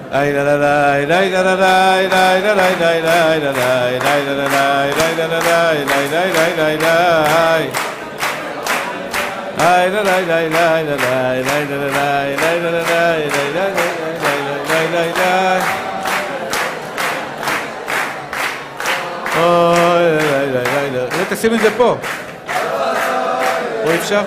Ay la la la la la la la la la la la la la la la la. Ay la la la la la la la la la la la. אוי, תשים את זה פה. או אפשר?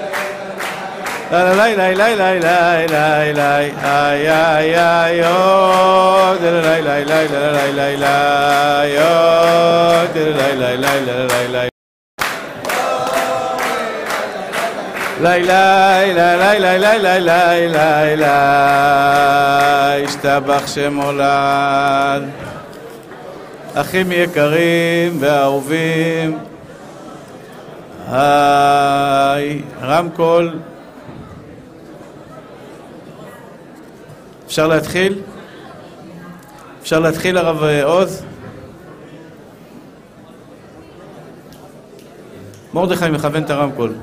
ליי ליי ליי ליי ליי ליי ליי איי איי איי אוי ליי ליי ליי ליי ליי ליי אוי ליי ליי ליי ליי ליי ליי ליי ליי ליי ליי ליי ליי ליי ליי השתבח שם עולד אחים יקרים ואהובים היי רמקול אפשר להתחיל? אפשר להתחיל הרב עוז? מרדכי מכוון את הרמקול.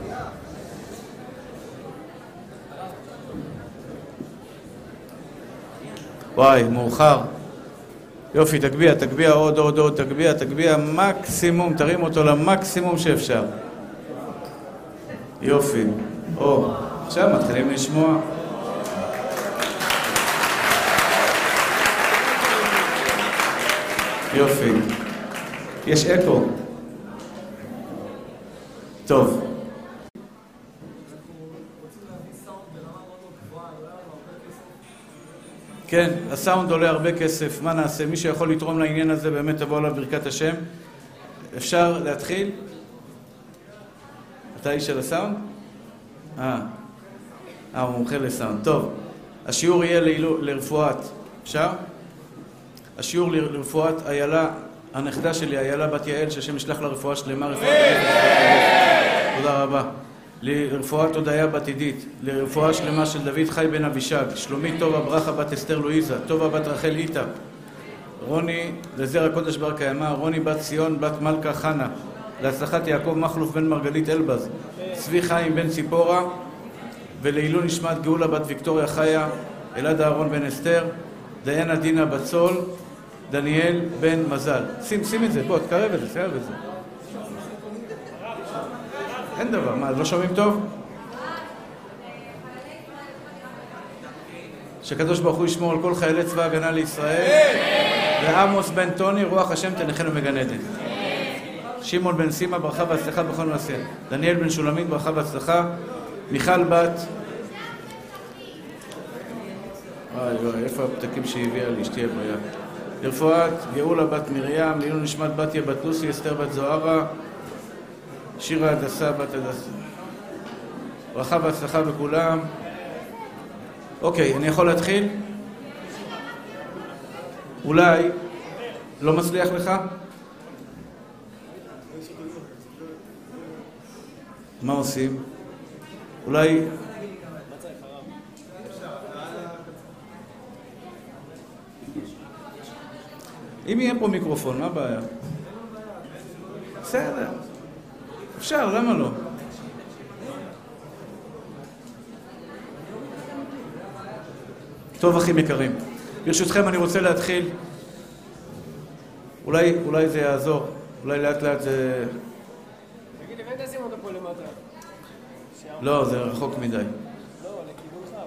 וואי, מאוחר. יופי, תגביה עוד, תגביה מקסימום, תרים אותו למקסימום שאפשר. יופי. עכשיו מתחילים לשמוע. יופי. יש אקו. טוב. כן, הסאונד עולה הרבה כסף, מה נעשה? מי שיכול לתרום לעניין הזה באמת תבוא עליו ברכת השם. אפשר להתחיל? אתה איש של הסאונד? הוא מומחה לסאונד. טוב, השיעור יהיה לרפואת. אפשר? השיעור לרפואת איילה, הנכדה שלי, איילה בת יעל, שהשם ישלח לה רפואה שלמה, תודה רבה. לרפואת הודיה בת עידית, לרפואה שלמה של דוד חי בן אבישג, שלומית טובה ברכה בת אסתר לואיזה, טובה בת רחל איתה, רוני לזר הקודש בר קיימא, רוני בת ציון בת מלכה חנה, להצלחת יעקב מחלוף בן מרגלית אלבז, צבי חיים בן ציפורה, ולעילוי נשמת גאולה בת ויקטוריה חיה, אלעד אהרון בן אסתר, דיינה דינה בת סול, דניאל בן מזל. שים את זה, בוא, תקרב את זה, תקרב את זה. אין דבר, מה, לא שומעים טוב? שקדוש ברוך הוא ישמור על כל חיילי צבא הגנה לישראל. ועמוס בן טוני, רוח השם תנחנו מגן עדן. שמעון בן סימה, ברכה והצלחה בכל מעשה. דניאל בן שולמית, ברכה והצלחה. מיכל בת... וואי, איפה הפתקים שהביאה לי, אשתי הבריה. לרפואת גאולה בת מרים, לעילוי נשמת בתיה בת לוסי, אסתר בת זוהרה, שירה הדסה בת הדסה. ברכה והצלחה בכולם. אוקיי, אני יכול להתחיל? אולי לא מצליח לך? מה עושים? אולי... אם יהיה פה מיקרופון, מה הבעיה? בסדר. אפשר, למה לא? טוב, אחים יקרים. ברשותכם אני רוצה להתחיל. אולי זה יעזור. אולי לאט לאט זה... תגיד, הבאת שים אותו פה למטה. לא, זה רחוק מדי. לא, לכיוונך,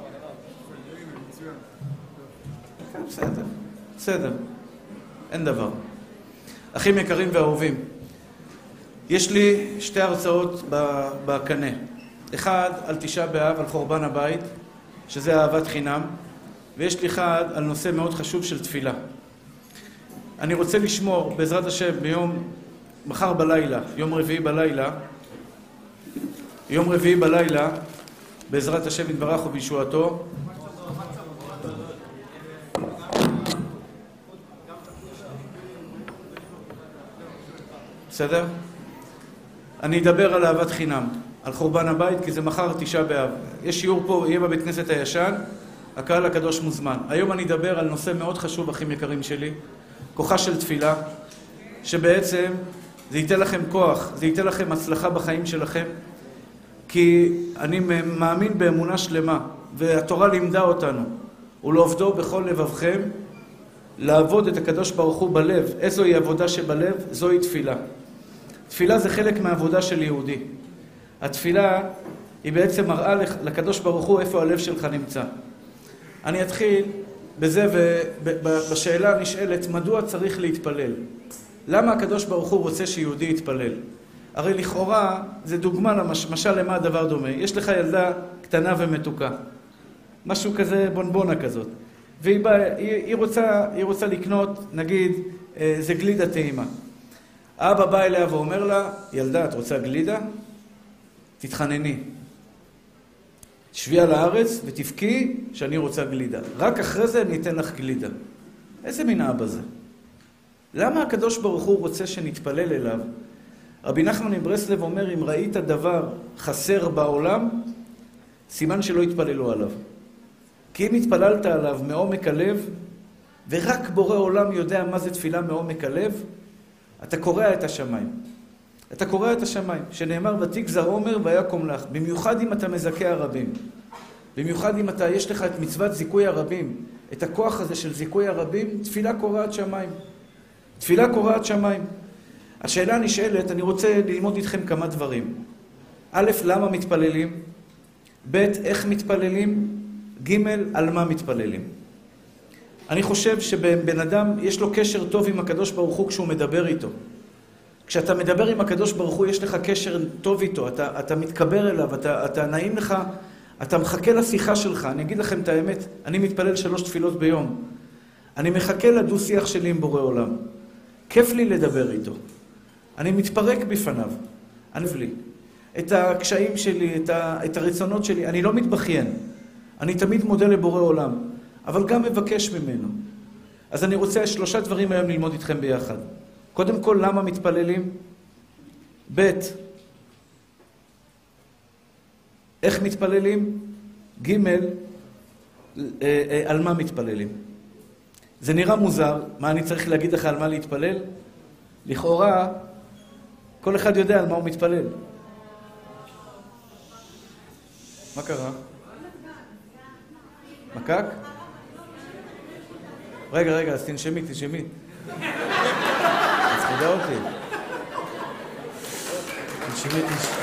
אבל בסדר. אין דבר. אחים יקרים ואהובים. יש לי שתי הרצאות בקנה. אחד על תשעה באב, על חורבן הבית, שזה אהבת חינם, ויש לי אחד על נושא מאוד חשוב של תפילה. אני רוצה לשמור בעזרת השם מחר בלילה, יום רביעי בלילה, בעזרת השם יתברך ובישועתו, בסדר? אני אדבר על אהבת חינם, על חורבן הבית, כי זה מחר תשעה באב. יש שיעור פה, יהיה בבית כנסת הישן, הקהל הקדוש מוזמן. היום אני אדבר על נושא מאוד חשוב, אחים יקרים שלי, כוחה של תפילה, שבעצם זה ייתן לכם כוח, זה ייתן לכם הצלחה בחיים שלכם, כי אני מאמין באמונה שלמה, והתורה לימדה אותנו. ולעובדו בכל לבבכם, לעבוד את הקדוש ברוך הוא בלב. איזוהי עבודה שבלב? זוהי תפילה. תפילה זה חלק מהעבודה של יהודי. התפילה היא בעצם מראה לקדוש ברוך הוא איפה הלב שלך נמצא. אני אתחיל בזה, ובשאלה נשאלת, מדוע צריך להתפלל? למה הקדוש ברוך הוא רוצה שיהודי יתפלל? הרי לכאורה זה דוגמה למשל למה הדבר דומה. יש לך ילדה קטנה ומתוקה, משהו כזה, בונבונה כזאת, והיא רוצה לקנות, נגיד, זה גלידה טעימה. האבא בא אליה ואומר לה, ילדה, את רוצה גלידה? תתחנני. שבי על הארץ ותבכי שאני רוצה גלידה. רק אחרי זה אני אתן לך גלידה. איזה מין אבא זה? למה הקדוש ברוך הוא רוצה שנתפלל אליו? רבי נחמן מברסלב אומר, אם ראית דבר חסר בעולם, סימן שלא התפללו עליו. כי אם התפללת עליו מעומק הלב, ורק בורא עולם יודע מה זה תפילה מעומק הלב, אתה קורע את השמיים. אתה קורע את השמיים, שנאמר ותגזר עומר ויקום לך. במיוחד אם אתה מזכה הרבים. במיוחד אם יש לך את מצוות זיכוי הרבים, את הכוח הזה של זיכוי הרבים, תפילה קורעת שמיים. תפילה קורעת שמיים. השאלה נשאלת, אני רוצה ללמוד איתכם כמה דברים. א', למה מתפללים? ב', איך מתפללים? ג', על מה מתפללים? אני חושב שבן אדם יש לו קשר טוב עם הקדוש ברוך הוא כשהוא מדבר איתו. כשאתה מדבר עם הקדוש ברוך הוא יש לך קשר טוב איתו, אתה מתקבר אליו, אתה נעים לך, אתה מחכה לשיחה שלך. אני אגיד לכם את האמת, אני מתפלל 3 תפילות ביום. אני מחכה לדו שיח שלי עם בורא עולם. כיף לי לדבר איתו. אני מתפרק בפניו. אני לי. את הקשיים שלי, את הרצונות שלי, אני לא מתבכיין. אני תמיד מודה לבורא עולם, אבל גם מבקש ממנו. אז אני רוצה 3 דברים היום ללמוד איתכם ביחד. קודם כל, למה מתפללים? ב', איך מתפללים? ג', על מה מתפללים? זה נראה מוזר, מה אני צריך להגיד לך על מה להתפלל? לכאורה, כל אחד יודע על מה הוא מתפלל. מה קרה? מקק? רגע, אז תנשמי. תפחידה אותי. תנשמי.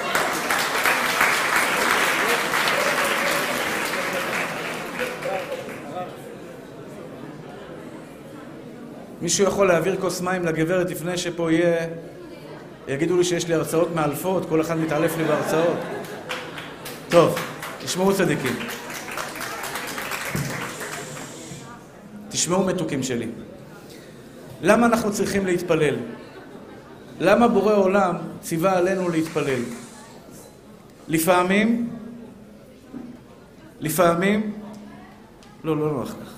מישהו יכול להעביר כוס מים לגברת לפני שפה יהיה... יגידו לי שיש לי הרצאות מאלפות, כל אחד מתעלף לי בהרצאות. טוב, תשמעו צדיקים. תשמעו מתוקים שלי. למה אנחנו צריכים להתפלל? למה בורא עולם ציווה עלינו להתפלל? לפעמים, לא, אחר.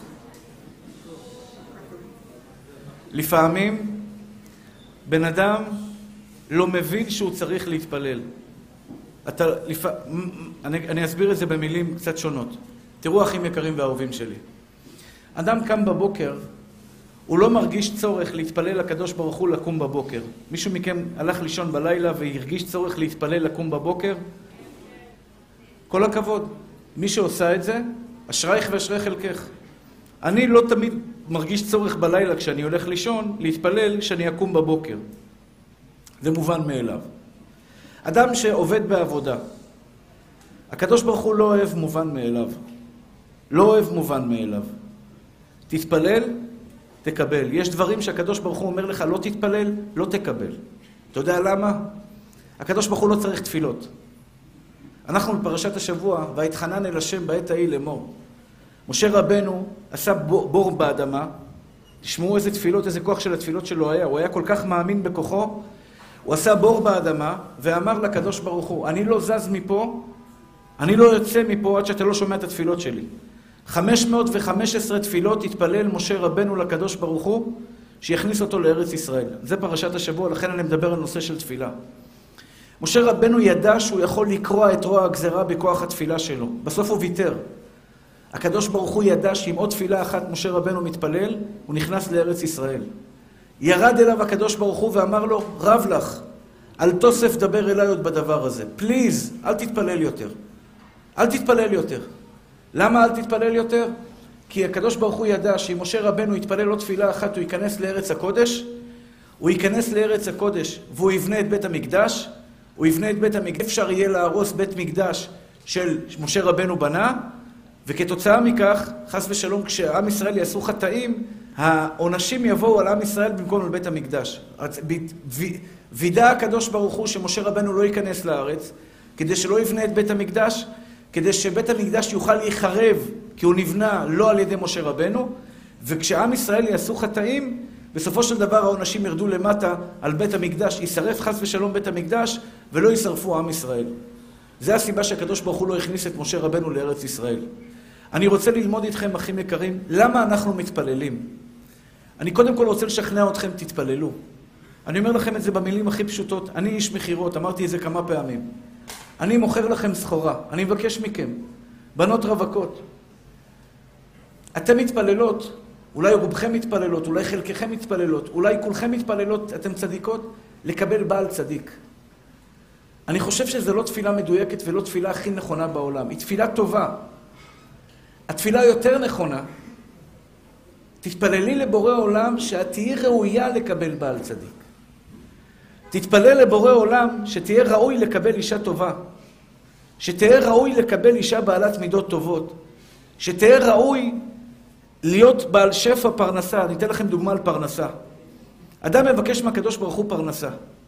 לפעמים, בן אדם לא מבין שהוא צריך להתפלל. אני אסביר את זה במילים קצת שונות. תראו אחים יקרים ואהובים שלי. אדם קם בבוקר, הוא לא מרגיש צורך להתפלל לקדוש ברוך הוא לקום בבוקר. מישהו מכם הלך לישון בלילה והרגיש צורך להתפלל לקום בבוקר? כל הכבוד. מי שעושה את זה, אשרייך ואשרי חלקך. אני לא תמיד מרגיש צורך בלילה כשאני הולך לישון להתפלל שאני אקום בבוקר. זה מובן מאליו. אדם שעובד בעבודה, הקדוש ברוך הוא לא אוהב מובן מאליו. לא אוהב מובן מאליו. תתפלל, תקבל. יש דברים שהקדוש ברוך הוא אומר לך, לא תתפלל, לא תקבל. אתה יודע למה? הקדוש ברוך הוא לא צריך תפילות. אנחנו בפרשת השבוע, והתחנן אל השם בעת ההיא לאמור. משה רבנו עשה בור באדמה. תשמעו איזה תפילות, איזה כוח של התפילות שלו היה. הוא היה כל כך מאמין בכוחו. הוא עשה בור באדמה ואמר לקדוש ברוך הוא, אני לא זז מפה, אני לא יוצא מפה עד שאתה לא שומע את התפילות שלי. 515 תפילות התפלל משה רבנו לקדוש ברוך הוא, שיכניס אותו לארץ ישראל. זה פרשת השבוע, לכן אני מדבר על נושא של תפילה. משה רבנו ידע שהוא יכול לקרוע את רוע הגזרה בכוח התפילה שלו. בסוף הוא ויתר. הקדוש ברוך הוא ידע שאם עוד תפילה אחת משה רבנו מתפלל, הוא נכנס לארץ ישראל. ירד אליו הקדוש ברוך הוא ואמר לו, רב לך, אל תוסף דבר אליי עוד בדבר הזה. פליז, אל תתפלל יותר. אל תתפלל יותר. למה אל תתפלל יותר? כי הקדוש ברוך הוא ידע שאם משה רבנו יתפלל לא תפילה אחת, הוא ייכנס לארץ הקודש, הוא ייכנס לארץ הקודש והוא יבנה את בית המקדש, הוא יבנה את בית המקדש, אפשר יהיה להרוס בית מקדש של משה רבנו בנה, וכתוצאה מכך, חס ושלום, כשעם ישראל יעשו חטאים, העונשים יבואו על עם ישראל במקום על בית המקדש. וידע הקדוש ברוך הוא שמשה רבנו לא ייכנס לארץ, כדי שלא יבנה את בית המקדש, כדי שבית המקדש יוכל להיחרב, כי הוא נבנה לא על ידי משה רבנו, וכשעם ישראל יעשו חטאים, בסופו של דבר העונשים ירדו למטה על בית המקדש, יישרף חס ושלום בית המקדש, ולא יישרפו עם ישראל. זה הסיבה שהקדוש ברוך הוא לא הכניס את משה רבנו לארץ ישראל. אני רוצה ללמוד איתכם, אחים יקרים, למה אנחנו מתפללים. אני קודם כל רוצה לשכנע אתכם, תתפללו. אני אומר לכם את זה במילים הכי פשוטות. אני איש מחירות, אמרתי את זה כמה פעמים. אני מוכר לכם סחורה, אני מבקש מכם, בנות רווקות. אתם מתפללות, אולי רובכם מתפללות, אולי חלקכם מתפללות, אולי כולכם מתפללות, אתם צדיקות, לקבל בעל צדיק. אני חושב שזו לא תפילה מדויקת ולא תפילה הכי נכונה בעולם. היא תפילה טובה. התפילה יותר נכונה, תתפללי לבורא עולם שאת תהיי ראויה לקבל בעל צדיק. תתפלל לבורא עולם שתהיה ראוי לקבל אישה טובה. שתהיה ראוי לקבל אישה בעלת מידות טובות. שתהיה ראוי להיות בעל שפע פרנסה. אני אתן לכם דוגמה על פרנסה. אדם מבקש מהקדוש ברוך הוא פרנסה.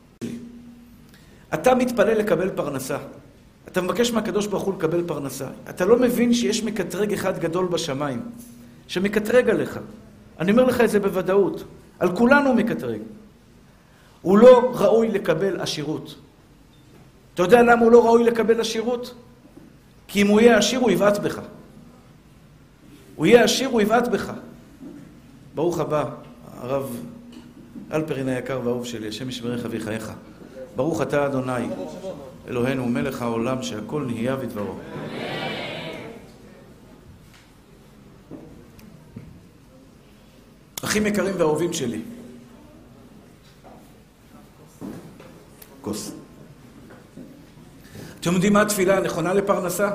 אתה מתפלל לקבל פרנסה. אתה מבקש מהקדוש ברוך הוא לקבל פרנסה. אתה לא מבין שיש מקטרג אחד גדול בשמיים, שמקטרג עליך. אני אומר לך את זה בוודאות. על כולנו מקטרג. הוא לא ראוי לקבל עשירות. אתה יודע למה הוא לא ראוי לקבל עשירות? כי אם הוא יהיה עשיר, הוא יבעט בך. הוא יהיה עשיר, הוא יבעט בך. ברוך הבא, הרב אלפרין היקר והאהוב שלי, השם ישמרך ויחייך. ברוך אתה אדוני, אלוהינו מלך העולם שהכל נהיה בדברו. אחים יקרים ואהובים שלי, כוס. אתם יודעים מה התפילה הנכונה לפרנסה?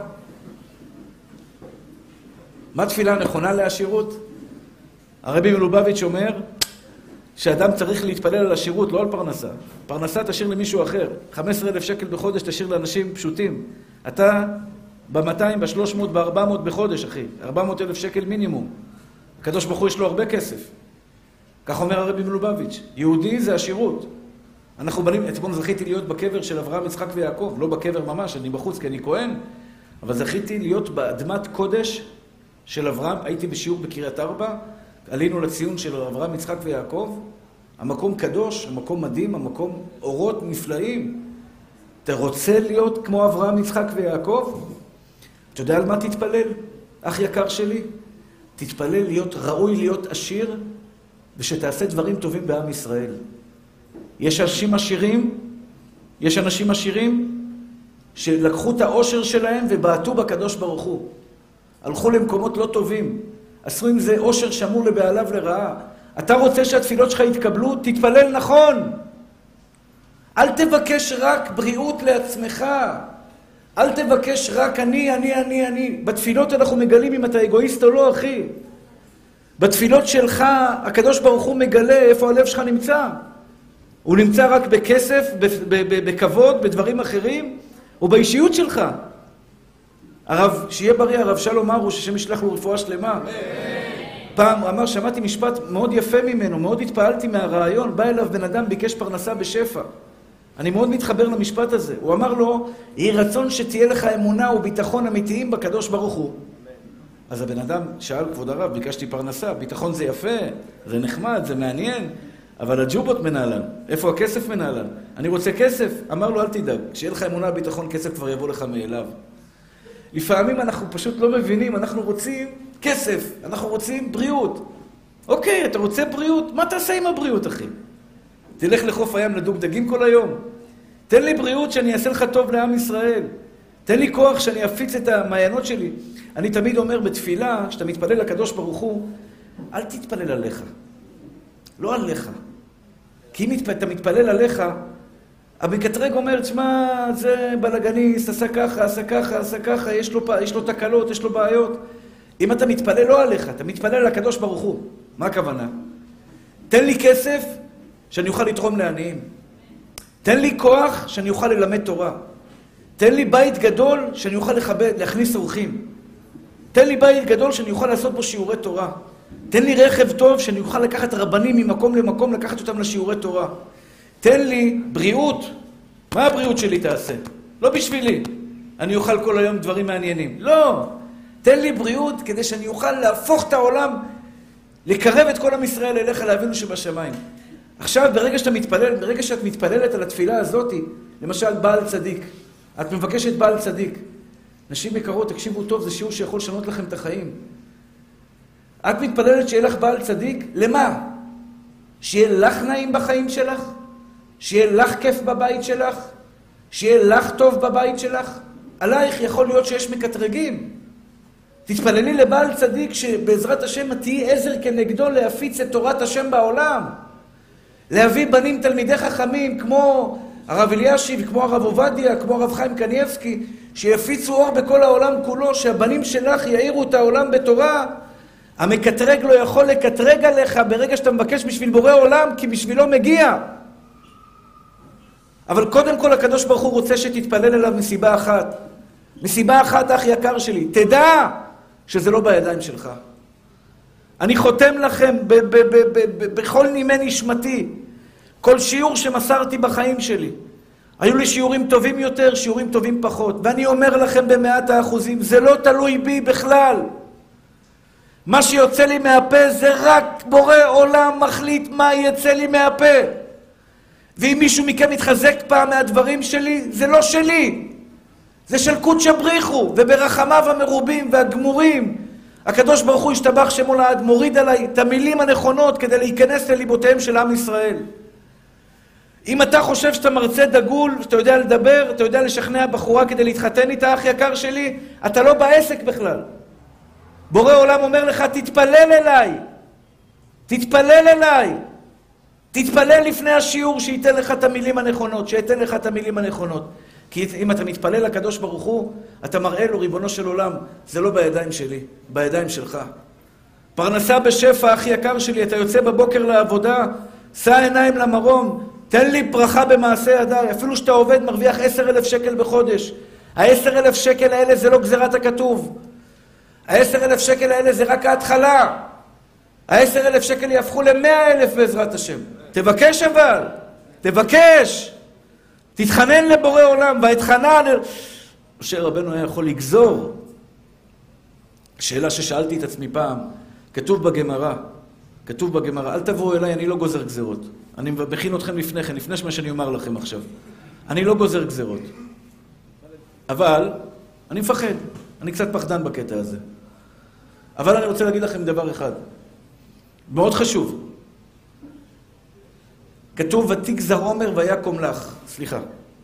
מה התפילה הנכונה לעשירות? הרבי מלובביץ' אומר שאדם צריך להתפלל על עשירות, לא על פרנסה. פרנסה תשאיר למישהו אחר. 15,000 שקל בחודש תשאיר לאנשים פשוטים. אתה ב-200, ב-300, ב-400 בחודש, אחי. 400,000 שקל מינימום. הקדוש ברוך הוא יש לו הרבה כסף. כך אומר הרבי מלובביץ'. יהודי זה עשירות. אנחנו בנים, אתמול זכיתי להיות בקבר של אברהם, יצחק ויעקב. לא בקבר ממש, אני בחוץ כי אני כהן. אבל זכיתי להיות באדמת קודש של אברהם. הייתי בשיעור בקריית ארבע. עלינו לציון של אברהם, יצחק ויעקב. המקום קדוש, המקום מדהים, המקום אורות נפלאים. אתה רוצה להיות כמו אברהם, יצחק ויעקב? אתה יודע על מה תתפלל, אח יקר שלי? תתפלל להיות ראוי, להיות עשיר, ושתעשה דברים טובים בעם ישראל. יש אנשים עשירים שלקחו את העושר שלהם ובעטו בקדוש ברוך הוא. הלכו למקומות לא טובים. עשו עם זה עושר שמור לבעליו לרעה. אתה רוצה שהתפילות שלך יתקבלו? תתפלל נכון. אל תבקש רק בריאות לעצמך. אל תבקש רק אני. בתפילות אנחנו מגלים אם אתה אגואיסט או לא, אחי. בתפילות שלך הקדוש ברוך הוא מגלה איפה הלב שלך נמצא. הוא נמצא רק בכסף, בכבוד, בדברים אחרים, או באישיות שלך. הרב, שיהיה בריא, הרב שלום ארוש, השם ישלח לו רפואה שלמה. פעם הוא אמר, שמעתי משפט מאוד יפה ממנו, מאוד התפעלתי מהרעיון, בא אליו בן אדם, ביקש פרנסה בשפע. אני מאוד מתחבר למשפט הזה. הוא אמר לו, יהי רצון שתהיה לך אמונה וביטחון אמיתיים בקדוש ברוך הוא. אז הבן אדם שאל, כבוד הרב, ביקשתי פרנסה, ביטחון זה יפה, זה נחמד, זה מעניין, אבל הג'ובות מנהלן, איפה הכסף מנהלן? אני רוצה כסף. אמר לו, אל תדאג, כשיהיה לך אמונה וביטחון, כסף כבר יבוא לך מאליו. לפעמים אנחנו פשוט לא מבינים, אנחנו רוצים כסף, אנחנו רוצים בריאות. אוקיי, אתה רוצה בריאות? מה תעשה עם הבריאות, אחי? תלך לחוף הים לדוג דגים כל היום. תן לי בריאות שאני אעשה לך טוב לעם ישראל. תן לי כוח שאני אפיץ את המעיינות שלי. אני תמיד אומר בתפילה, כשאתה מתפלל לקדוש ברוך הוא, אל תתפלל עליך. לא עליך. כי אם אתה מתפלל עליך, המקטרג אומר, תשמע, זה בלגניסט, עשה ככה, יש לו תקלות, יש לו בעיות. אם אתה מתפלל לא עליך, אתה מתפלל על הקדוש ברוך הוא. מה הכוונה? תן לי כסף שאני אוכל לתרום לעניים. תן לי כוח שאני אוכל ללמד תורה. תן לי בית גדול שאני אוכל להכניס אורחים. תן לי בית גדול שאני אוכל לעשות בו שיעורי תורה. תן לי רכב טוב שאני אוכל לקחת רבנים ממקום למקום, לקחת אותם לשיעורי תורה. תן לי בריאות. מה הבריאות שלי תעשה? לא בשבילי. אני אוכל כל היום דברים מעניינים. לא. תן לי בריאות כדי שאני אוכל להפוך את העולם, לקרב את כל עם ישראל אליך, לאבינו שבשמיים. עכשיו, ברגע שאת מתפללת על התפילה הזאת, למשל בעל צדיק, את מבקשת בעל צדיק. נשים יקרות, תקשיבו טוב, זה שיעור שיכול לשנות לכם את החיים. את מתפללת שיהיה לך בעל צדיק, למה? שיהיה לך נעים בחיים שלך? שיהיה לך כיף בבית שלך? שיהיה לך טוב בבית שלך? עלייך יכול להיות שיש מקטרגים. תתפללי לבעל צדיק שבעזרת השם תהיי עזר כנגדו להפיץ את תורת השם בעולם. להביא בנים תלמידי חכמים כמו הרב אלישיב, כמו הרב עובדיה, כמו הרב חיים קניאבסקי, שיפיצו אור בכל העולם כולו, שהבנים שלך יאירו את העולם בתורה. המקטרג לא יכול לקטרג עליך ברגע שאתה מבקש בשביל בורא עולם, כי בשבילו מגיע. אבל קודם כל הקדוש ברוך הוא רוצה שתתפלל אליו מסיבה אחת. מסיבה אחת, אח יקר שלי. תדע שזה לא בידיים שלך. אני חותם לכם בכל נימי נשמתי. כל שיעור שמסרתי בחיים שלי. היו לי שיעורים טובים יותר, שיעורים טובים פחות. ואני אומר לכם ב100%, זה לא תלוי בי בכלל. מה שיוצא לי מהפה זה רק בורא עולם מחליט מה יצא לי מהפה. ואם מישהו מכם מתחזק פעם מהדברים שלי, זה לא שלי. זה של קודש בריחו, וברחמיו המרובים והגמורים. הקדוש ברוך הוא השתבח שמו לעד, מוריד עליי את המילים הנכונות כדי להיכנס לליבותיהם של עם ישראל. אם אתה חושב שאתה מרצה דגול, שאתה יודע לדבר, אתה יודע לשכנע בחורה כדי להתחתן איתה, אח יקר שלי, אתה לא בעסק בכלל. בורא עולם אומר לך, תתפלל אליי. תתפלל אליי. תתפלל לפני השיעור שייתן לך את המילים הנכונות, שייתן לך את המילים הנכונות. כי אם אתה מתפלל לקדוש ברוך הוא, אתה מראה לו, ריבונו של עולם, זה לא בידיים שלי, בידיים שלך. פרנסה בשפע, אחי יקר שלי, אתה יוצא בבוקר לעבודה, שא עיניים למרום, תן לי ברכה במעשה ידיי, אפילו שאתה עובד, מרוויח 10,000 שקל בחודש. ה10,000 שקל האלה זה לא גזירת הכתוב. ה10,000 שקל האלה זה רק ההתחלה. ה10,000 שקל יהפכו ל100,000 בעזרת השם. תבקש אבל, תבקש. תתחנן לבורא עולם, והתחנן... משה רבנו היה יכול לגזור. שאלה ששאלתי את עצמי פעם, כתוב בגמרא, אל תבואו אליי, אני לא גוזר גזירות. אני מכין אתכם לפני כן, לפני מה שאני אומר לכם עכשיו. אני לא גוזר גזירות. אבל אני מפחד, אני קצת פחדן בקטע הזה. אבל אני רוצה להגיד לכם דבר אחד, מאוד חשוב. כתוב, ותגזר עומר ויקום לך. סליחה.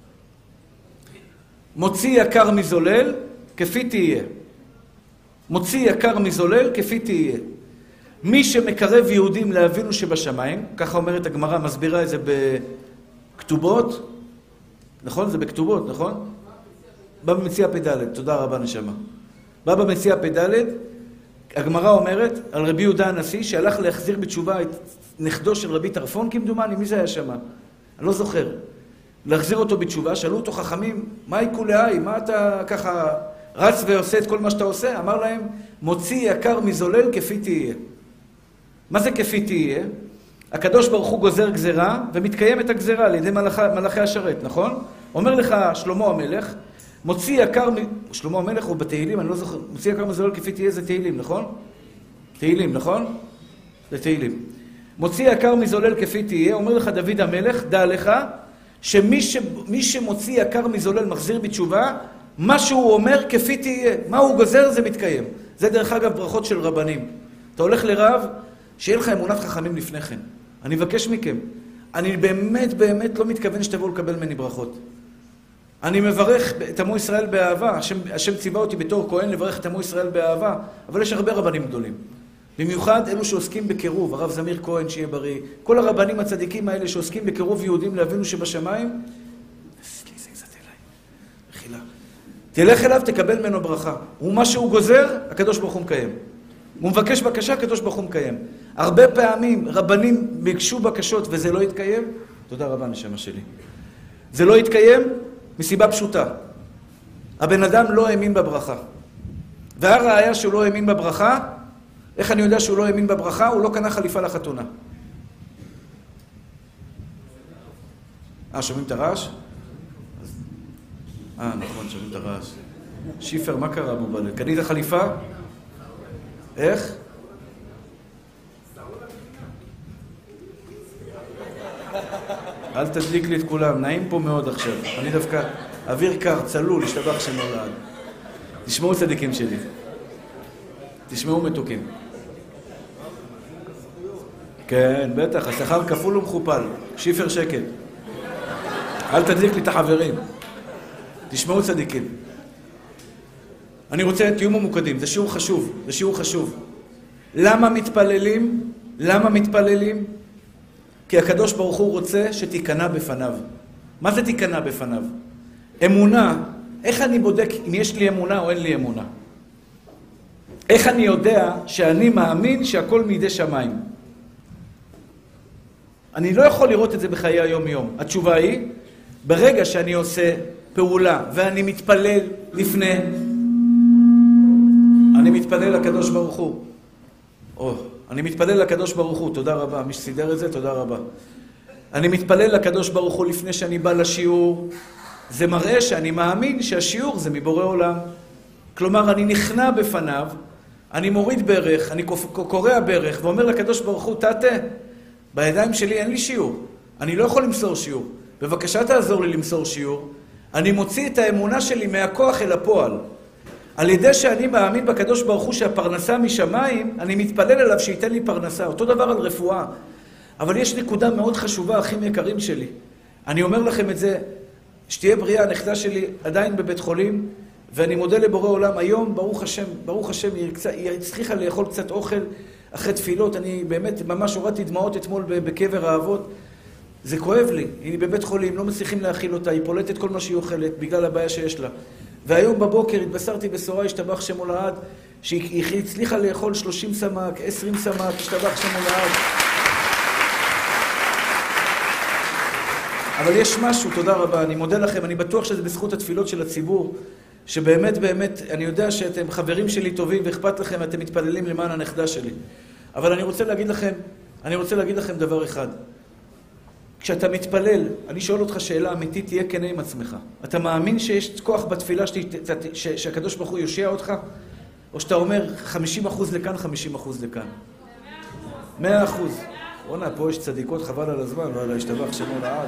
מוציא יקר מזולל, כפי תהיה. מוציא יקר מזולל, כפי תהיה. מי שמקרב יהודים לאבינו שבשמיים, ככה אומרת הגמרא, מסבירה את זה בכתובות, נכון? זה בכתובות, נכון? בא במציאה פ"ד, תודה רבה נשמה. בא במציאה פ"ד, הגמרא אומרת על רבי יהודה הנשיא, שהלך להחזיר בתשובה את נכדו של רבי טרפון, כמדומני, מי זה היה שמה? אני לא זוכר. להחזיר אותו בתשובה, שאלו אותו חכמים, מה יקולאי? מה אתה ככה רץ ועושה את כל מה שאתה עושה? אמר להם, מוציא יקר מזולל כפי תהיה. מה זה כפי תהיה? הקדוש ברוך הוא גוזר גזרה, ומתקיים את הגזרה על ידי מלאכי השרת, נכון? אומר לך שלמה המלך, מוציא יקר, שלמה המלך הוא בתהילים, אני לא זוכר, מוציא יקר מזולל כפי תהיה זה תהילים, נכון? תהילים, נכון? זה תהילים. מוציא יקר מזולל כפי תהיה, אומר לך דוד המלך, דע לך, שמי שמוציא יקר מזולל מחזיר בתשובה, מה שהוא אומר כפי תהיה, מה הוא גוזר זה מתקיים. זה דרך אגב ברכות של רבנים. אתה הולך לרב, שיהיה לך אמונת חכמים לפני כן. אני מבקש מכם, אני באמת לא מתכוון שתבואו לקבל ממני ברכות. אני מברך את עמו ישראל באהבה, השם ציווה אותי בתור כהן לברך את עמו ישראל באהבה, אבל יש הרבה רבנים גדולים. במיוחד אלו שעוסקים בקירוב, הרב זמיר כהן שיהיה בריא, כל הרבנים הצדיקים האלה שעוסקים בקירוב יהודים לאבינו שבשמיים, זה קצת אליי, מחילה. תלך אליו, תקבל ממנו ברכה. ומה שהוא גוזר, הקדוש ברוך הוא מקיים. הוא מבקש בקשה, הקדוש ברוך הוא מקיים. הרבה פעמים רבנים ביקשו בקשות וזה לא התקיים. תודה רבה, נשמה שלי. זה לא התקיים מסיבה פשוטה. הבן אדם לא האמין בברכה. והראיה שהוא לא האמין בברכה, איך אני יודע שהוא לא האמין בברכה? הוא לא קנה חליפה לחתונה. שומעים את הרעש? נכון, שומעים את הרעש. שיפר, מה קרה מובלע? קנית חליפה? איך? אל תדליק לי את כולם, נעים פה מאוד עכשיו. אני דווקא אוויר קר, צלול, השתבח שנולד. תשמעו צדיקים שלי. תשמעו מתוקים. כן, בטח, השכר כפול ומכופל. שיפר שקל. אל תדליק לי את החברים. תשמעו צדיקים. אני רוצה, תהיו ממוקדים, זה שיעור חשוב, זה שיעור חשוב. למה מתפללים? למה מתפללים? כי הקדוש ברוך הוא רוצה שתיכנע בפניו. מה זה תיכנע בפניו? אמונה, איך אני בודק אם יש לי אמונה או אין לי אמונה? איך אני יודע שאני מאמין שהכל מידי שמיים? אני לא יכול לראות את זה בחיי היום-יום. התשובה היא, ברגע שאני עושה פעולה ואני מתפלל לפני, אני מתפלל לקדוש ברוך הוא. אני מתפלל לקדוש ברוך הוא, תודה רבה. מי שסידר את זה, תודה רבה. אני מתפלל לקדוש ברוך הוא לפני שאני בא לשיעור. זה מראה שאני מאמין שהשיעור זה מבורא עולם. כלומר, אני נכנע בפניו, אני מוריד ברך, אני קורע ברך ואומר לקדוש ברוך הוא, תתה, בידיים שלי אין לי שיעור. אני לא יכול למסור שיעור. בבקשה תעזור לי למסור שיעור. אני מוציא את האמונה שלי מהכוח אל הפועל. על ידי שאני מאמין בקדוש ברוך הוא שהפרנסה משמיים, אני מתפלל עליו שייתן לי פרנסה. אותו דבר על רפואה. אבל יש נקודה מאוד חשובה, אחים יקרים שלי. אני אומר לכם את זה, שתהיה בריאה, הנכדה שלי עדיין בבית חולים, ואני מודה לבורא עולם. היום, ברוך השם, היא הצליחה לאכול קצת אוכל אחרי תפילות. אני באמת ממש הורדתי דמעות אתמול בקבר האבות. זה כואב לי. היא בבית חולים, לא מצליחים להאכיל אותה, היא פולטת כל מה שהיא אוכלת בגלל הבעיה שיש לה. והיום בבוקר התבשרתי בשורה, השתבח שמו לעד, שהיא הצליחה לאכול 30 סמ"ק, 20 סמ"ק, השתבח שמו לעד. אבל יש משהו, תודה רבה, אני מודה לכם, אני בטוח שזה בזכות התפילות של הציבור, שבאמת, באמת, אני יודע שאתם חברים שלי טובים ואכפת לכם, ואתם מתפללים למען הנכדה שלי. אבל אני רוצה להגיד לכם דבר אחד. כשאתה מתפלל, אני שואל אותך שאלה אמיתית, תהיה כנה עם עצמך. אתה מאמין שיש כוח בתפילה שהקדוש ברוך הוא יושיע אותך? או שאתה אומר 50% לכאן, 50% לכאן? 100%. בוא'נה, פה יש צדיקות, חבל על הזמן, ועל השתבח שמו לעד.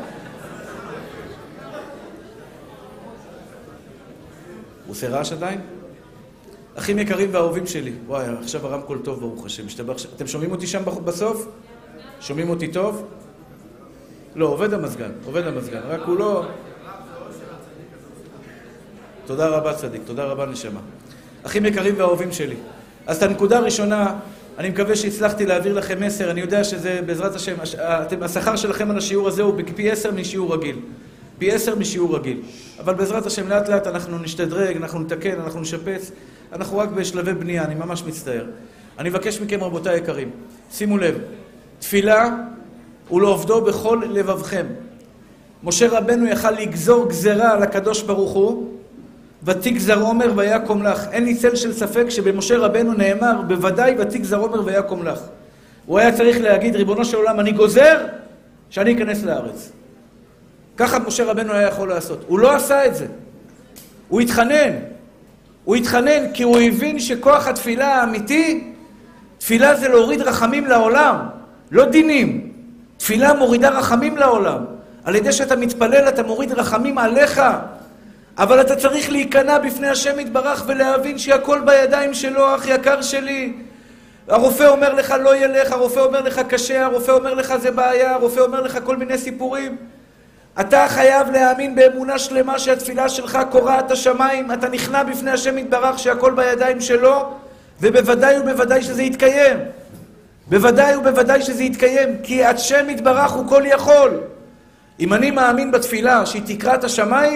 הוא עושה רעש עדיין? אחים יקרים ואהובים שלי. וואי, עכשיו הרמקול טוב, ברוך השם. אתם שומעים אותי שם בסוף? שומעים אותי טוב? לא, עובד המזגן, רק הוא לא... תודה רבה צדיק, תודה רבה נשמה. אחים יקרים ואהובים שלי. אז את הנקודה הראשונה, אני מקווה שהצלחתי להעביר לכם מסר, אני יודע שזה בעזרת השם, השכר שלכם על השיעור הזה הוא פי 10 משיעור רגיל. פי 10 משיעור רגיל. אבל בעזרת השם לאט לאט אנחנו נשתדרג, אנחנו נתקן, אנחנו נשפץ, אנחנו רק בשלבי בנייה, אני ממש מצטער. אני מבקש מכם רבותיי יקרים, שימו לב, תפילה ולעובדו בכל לבבכם. משה רבנו יכל לגזור גזרה על הקדוש ברוך הוא, ותגזר עומר ויקום לך. אין לי צל של ספק שבמשה רבנו נאמר, בוודאי ותגזר עומר ויקום לך. הוא היה צריך להגיד, ריבונו של עולם, אני גוזר שאני אכנס לארץ. ככה משה רבנו היה יכול לעשות. הוא לא עשה את זה. הוא התחנן כי הוא הבין שכוח התפילה האמיתי, תפילה זה להוריד רחמים לעולם, לא דינים. תפילה מורידה רחמים לעולם. על ידי שאתה מתפלל, אתה מוריד רחמים עליך. אבל אתה צריך להיכנע בפני השם יתברך ולהבין שהכל בידיים שלו, אח יקר שלי. הרופא אומר לך לא ילך, הרופא אומר לך קשה, הרופא אומר לך זה בעיה, הרופא אומר לך כל מיני סיפורים. אתה חייב להאמין באמונה שלמה שהתפילה שלך קורעת השמיים, אתה נכנע בפני השם יתברך שהכל בידיים שלו, ובוודאי ובוודאי שזה יתקיים. בוודאי ובוודאי שזה יתקיים, כי השם יתברך הוא כל יכול. אם אני מאמין בתפילה שהיא תקרא את השמיים,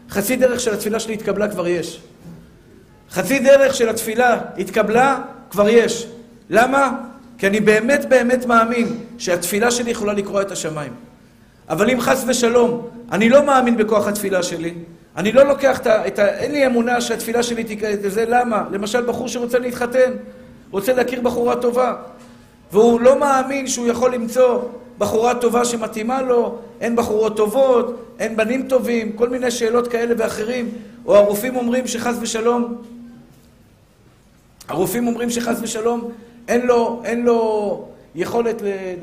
חצי דרך של התפילה שלי התקבלה כבר יש. חצי דרך של התפילה התקבלה כבר יש. למה? כי אני באמת באמת מאמין שהתפילה שלי יכולה לקרוא את השמיים. אבל אם חס ושלום, אני לא מאמין בכוח התפילה שלי, אני לא לוקח אין לי אמונה שהתפילה שלי תקרא את זה. למה? למשל בחור שרוצה להתחתן, רוצה להכיר בחורה טובה, והוא לא מאמין שהוא יכול למצוא בחורה טובה שמתאימה לו, אין בחורות טובות, אין בנים טובים, כל מיני שאלות כאלה ואחרים, או הרופאים אומרים שחס ושלום, אין לו יכולת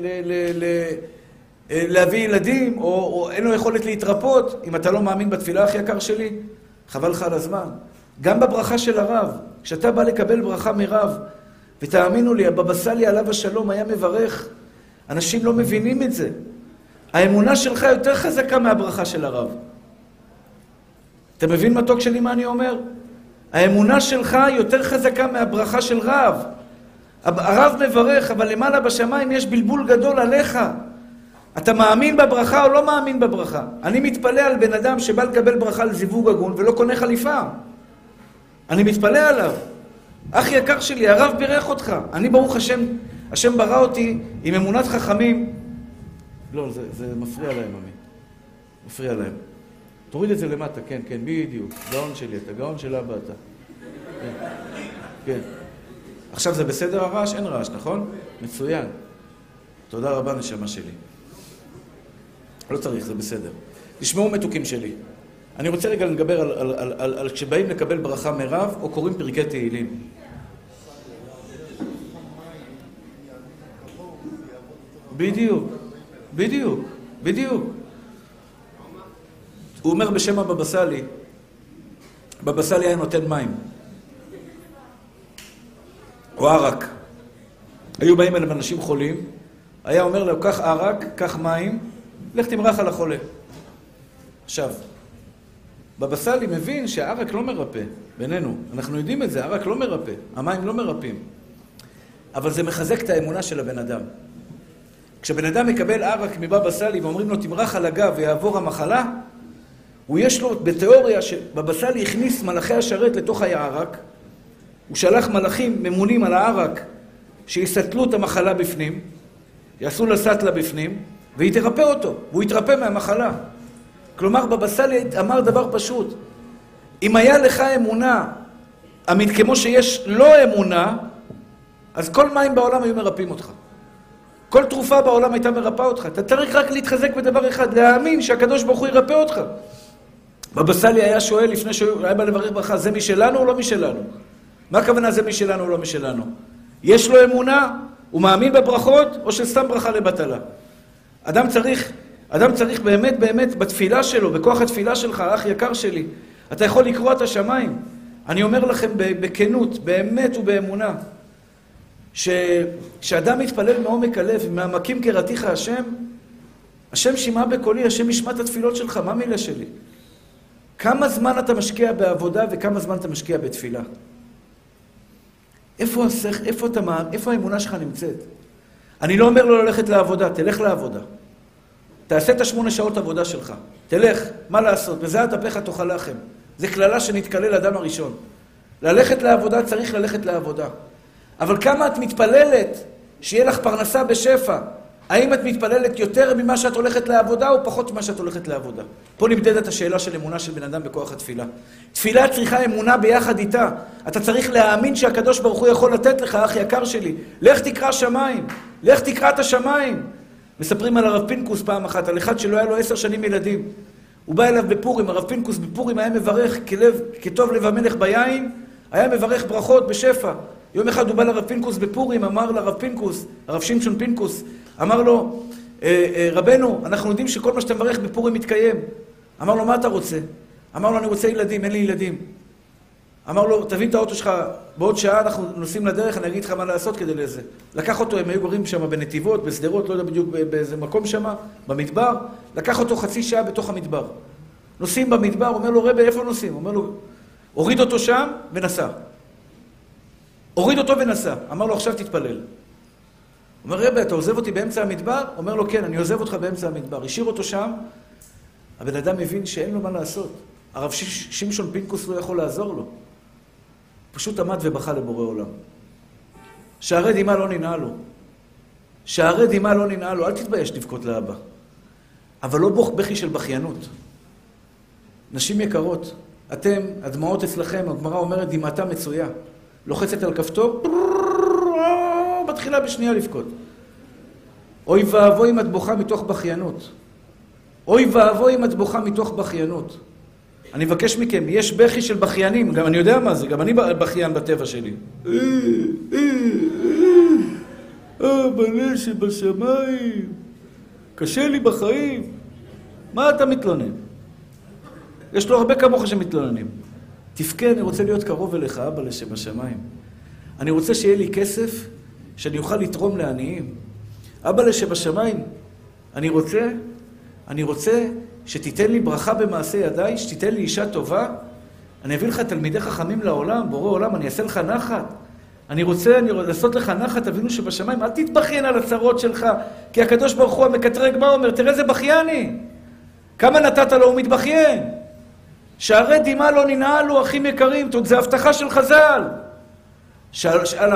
להביא ילדים, או אין לו יכולת להתרפות. אם אתה לא מאמין בתפילה, הכי יקר שלי, חבל לך על הזמן. גם בברכה של הרב, כשאתה בא לקבל ברכה מרב, ותאמינו לי, הבבא סאלי עליו השלום היה מברך, אנשים לא מבינים את זה. האמונה שלך יותר חזקה מהברכה של הרב. אתה מבין מתוק שלי מה אני אומר? האמונה שלך יותר חזקה מהברכה של רב. הרב מברך, אבל למעלה בשמיים יש בלבול גדול עליך. אתה מאמין בברכה או לא מאמין בברכה? אני מתפלא על בן אדם שבא לקבל ברכה על זיווג הגון ולא קונה חליפה. אני מתפלא עליו. אח יקר שלי, הרב בירך אותך. אני ברוך השם, השם ברא אותי עם אמונת חכמים. לא, זה מפריע להם, עמי. מפריע להם. תוריד את זה למטה, כן, כן, בדיוק. גאון שלי, אתה גאון של אבא אתה. כן, כן. עכשיו זה בסדר הרעש? אין רעש, נכון? מצוין. תודה רבה נשמה שלי. לא צריך, זה בסדר. תשמעו מתוקים שלי. אני רוצה רגע לדבר על כשבאים לקבל ברכה מרב או קוראים פרקי תהילים. בדיוק, בדיוק, בדיוק. הוא אומר בשם הבבא סאלי, בבא סאלי היה נותן מים. או ערק. היו באים אליו אנשים חולים, היה אומר לו, קח ערק, קח מים, לך תמרח על החולה. עכשיו, בבא סאלי מבין שהערק לא מרפא, בינינו. אנחנו יודעים את זה, הערק לא מרפא, המים לא מרפאים. אבל זה מחזק את האמונה של הבן אדם. כשבן אדם מקבל ערק מבבא סאלי ואומרים לו תמרח על הגב ויעבור המחלה, הוא יש לו בתיאוריה שבבא סאלי הכניס מלאכי השרת לתוך הערק, הוא שלח מלאכים ממונים על הערק שיסתלו את המחלה בפנים, יעשו לסתלה בפנים, והיא תרפא אותו, והוא יתרפא מהמחלה. כלומר, בבא סאלי אמר דבר פשוט, אם היה לך אמונה, כמו שיש לא אמונה, אז כל מים בעולם היו מרפאים אותך. כל תרופה בעולם הייתה מרפאה אותך. אתה צריך רק להתחזק בדבר אחד, להאמין שהקדוש ברוך הוא ירפא אותך. בבא סאלי היה שואל לפני שהוא היה בא לברך ברכה, זה משלנו או לא משלנו? מה הכוונה זה משלנו או לא משלנו? יש לו אמונה, הוא מאמין בברכות, או שסתם ברכה לבטלה? אדם צריך באמת באמת בתפילה שלו, בכוח התפילה שלך, אח יקר שלי, אתה יכול לקרוא את השמיים. אני אומר לכם בכנות, באמת ובאמונה, שאדם מתפלל מעומק הלב, מהעמקים קראתיך השם, השם שמע בקולי, השם ישמע את התפילות שלך, מה מילה שלי? כמה זמן אתה משקיע בעבודה וכמה זמן אתה משקיע בתפילה? איפה האמונה שלך נמצאת? אני לא אומר לו ללכת לעבודה, תלך לעבודה. תעשה את 8 שעות עבודה שלך. תלך, מה לעשות? בזיעת אפיך תאכל לחם. זה כללה שנתקלל לאדם הראשון. ללכת לעבודה צריך ללכת לעבודה. אבל כמה את מתפללת שיהיה לך פרנסה בשפע? האם את מתפללת יותר ממה שאת הולכת לעבודה או פחות ממה שאת הולכת לעבודה? פה נמדדת השאלה של אמונה של בן אדם בכוח התפילה. תפילה צריכה אמונה ביחד איתה. אתה צריך להאמין שהקדוש ברוך הוא יכול לתת לך, אח יקר שלי. לך תקרא שמיים, לך תקרא את השמיים. מספרים על הרב פינקוס פעם אחת, על אחד שלא היה לו 10 שנים ילדים. הוא בא אליו בפורים, הרב פינקוס בפורים היה מברך כטוב לב המלך ביין, היה מברך ברכות בשפע. יום אחד הוא בא לרב פינקוס בפורים, אמר לרב פינקוס, הרב שמשון פינקוס, אמר לו, רבנו, אנחנו יודעים שכל מה שאתה מברך בפורים מתקיים. אמר לו, מה אתה רוצה? אמר לו, אני רוצה ילדים, אין לי ילדים. אמר לו, תביא את האוטו שלך, בעוד שעה אנחנו נוסעים לדרך, אני אגיד לך מה לעשות כדי לזה. לקח אותו, הם היו גורים שם בנתיבות, בסדרות, לא יודע בדיוק באיזה מקום שם, במדבר, לקח אותו חצי שעה בתוך המדבר. נוסעים במדבר, אומר לו, רבי, איפה נוסעים? אומר לו, הוריד אותו שם ונסע. הוריד אותו ונסע. אמר לו, עכשיו תתפלל. אומר, רבי, אתה עוזב אותי באמצע המדבר? אומר לו, כן, אני עוזב אותך באמצע המדבר. השאיר אותו שם, הבן אדם מבין שאין לו מה לעשות. הרב שמשון פינקוס לא יכול לעזור לו. פשוט עמד ובכה לבורא עולם. שערי דמעה לא ננעלו. שערי דמעה לא ננעלו. אל תתבייש לבכות לאבא. אבל לא בכי של בכיינות. נשים יקרות, אתם, הדמעות אצלכם, הגמרא אומרת, דמעתה מצויה. לוחצת על כפתור, מתחילה בשנייה לבכות. אוי ואבוי אם את בוכה מתוך בכיינות. אוי ואבוי אם את בוכה מתוך בכיינות. אני מבקש מכם, יש בכי של בכיינים, גם אני יודע מה זה, גם אני בכיין בטבע שלי. בנה שבשמיים, קשה לי בחיים. מה אתה מתלונן? יש לו הרבה כמוך שמתלוננים. תפקה, אני רוצה להיות קרוב אליך, אבא שבשמיים. אני רוצה שיהיה לי כסף שאני אוכל לתרום לעניים. אבא שבשמיים, אני רוצה שתיתן לי ברכה במעשה ידיי, שתיתן לי אישה טובה. אני אביא לך תלמידי חכמים לעולם, בורא עולם, אני אעשה לך נחת. אני רוצה לעשות לך נחת, אבינו שבשמיים. אל תתבכיין על הצרות שלך, כי הקדוש ברוך הוא המקטרג מה אומר? תראה איזה בכייני. כמה נתת לו הוא מתבכיין. שערי דמעה לא ננעלו, אחים יקרים, זה הבטחה של חז"ל. שאל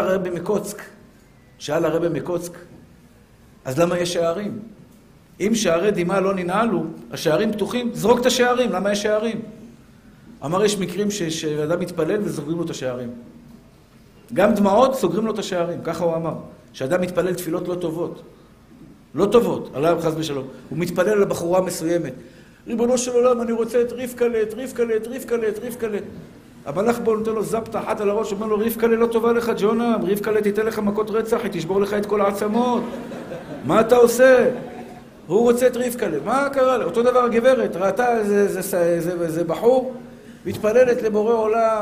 הרבי מקוצק, אז למה יש שערים? אם שערי דמעה לא ננעלו, השערים פתוחים, זרוק את השערים, למה יש שערים? אמר, יש מקרים שאדם מתפלל וזוגרים לו את השערים. גם דמעות סוגרים לו את השערים, ככה הוא אמר. שאדם מתפלל תפילות לא טובות. לא טובות, עליו חס ושלום. הוא מתפלל על בחורה מסוימת. ריבונו של עולם, אני רוצה את רבקלה. המלאך בו נותן לו זפתה אחת על הראש, אומר לו, רבקלה לא טובה לך, ג'ונם, רבקלה תיתן לך מכות רצח, היא תשבור לך את כל העצמות. מה אתה עושה? הוא רוצה את רבקלה. מה קרה לה? אותו דבר הגברת, ראתה איזה בחור, מתפללת לבורא עולם.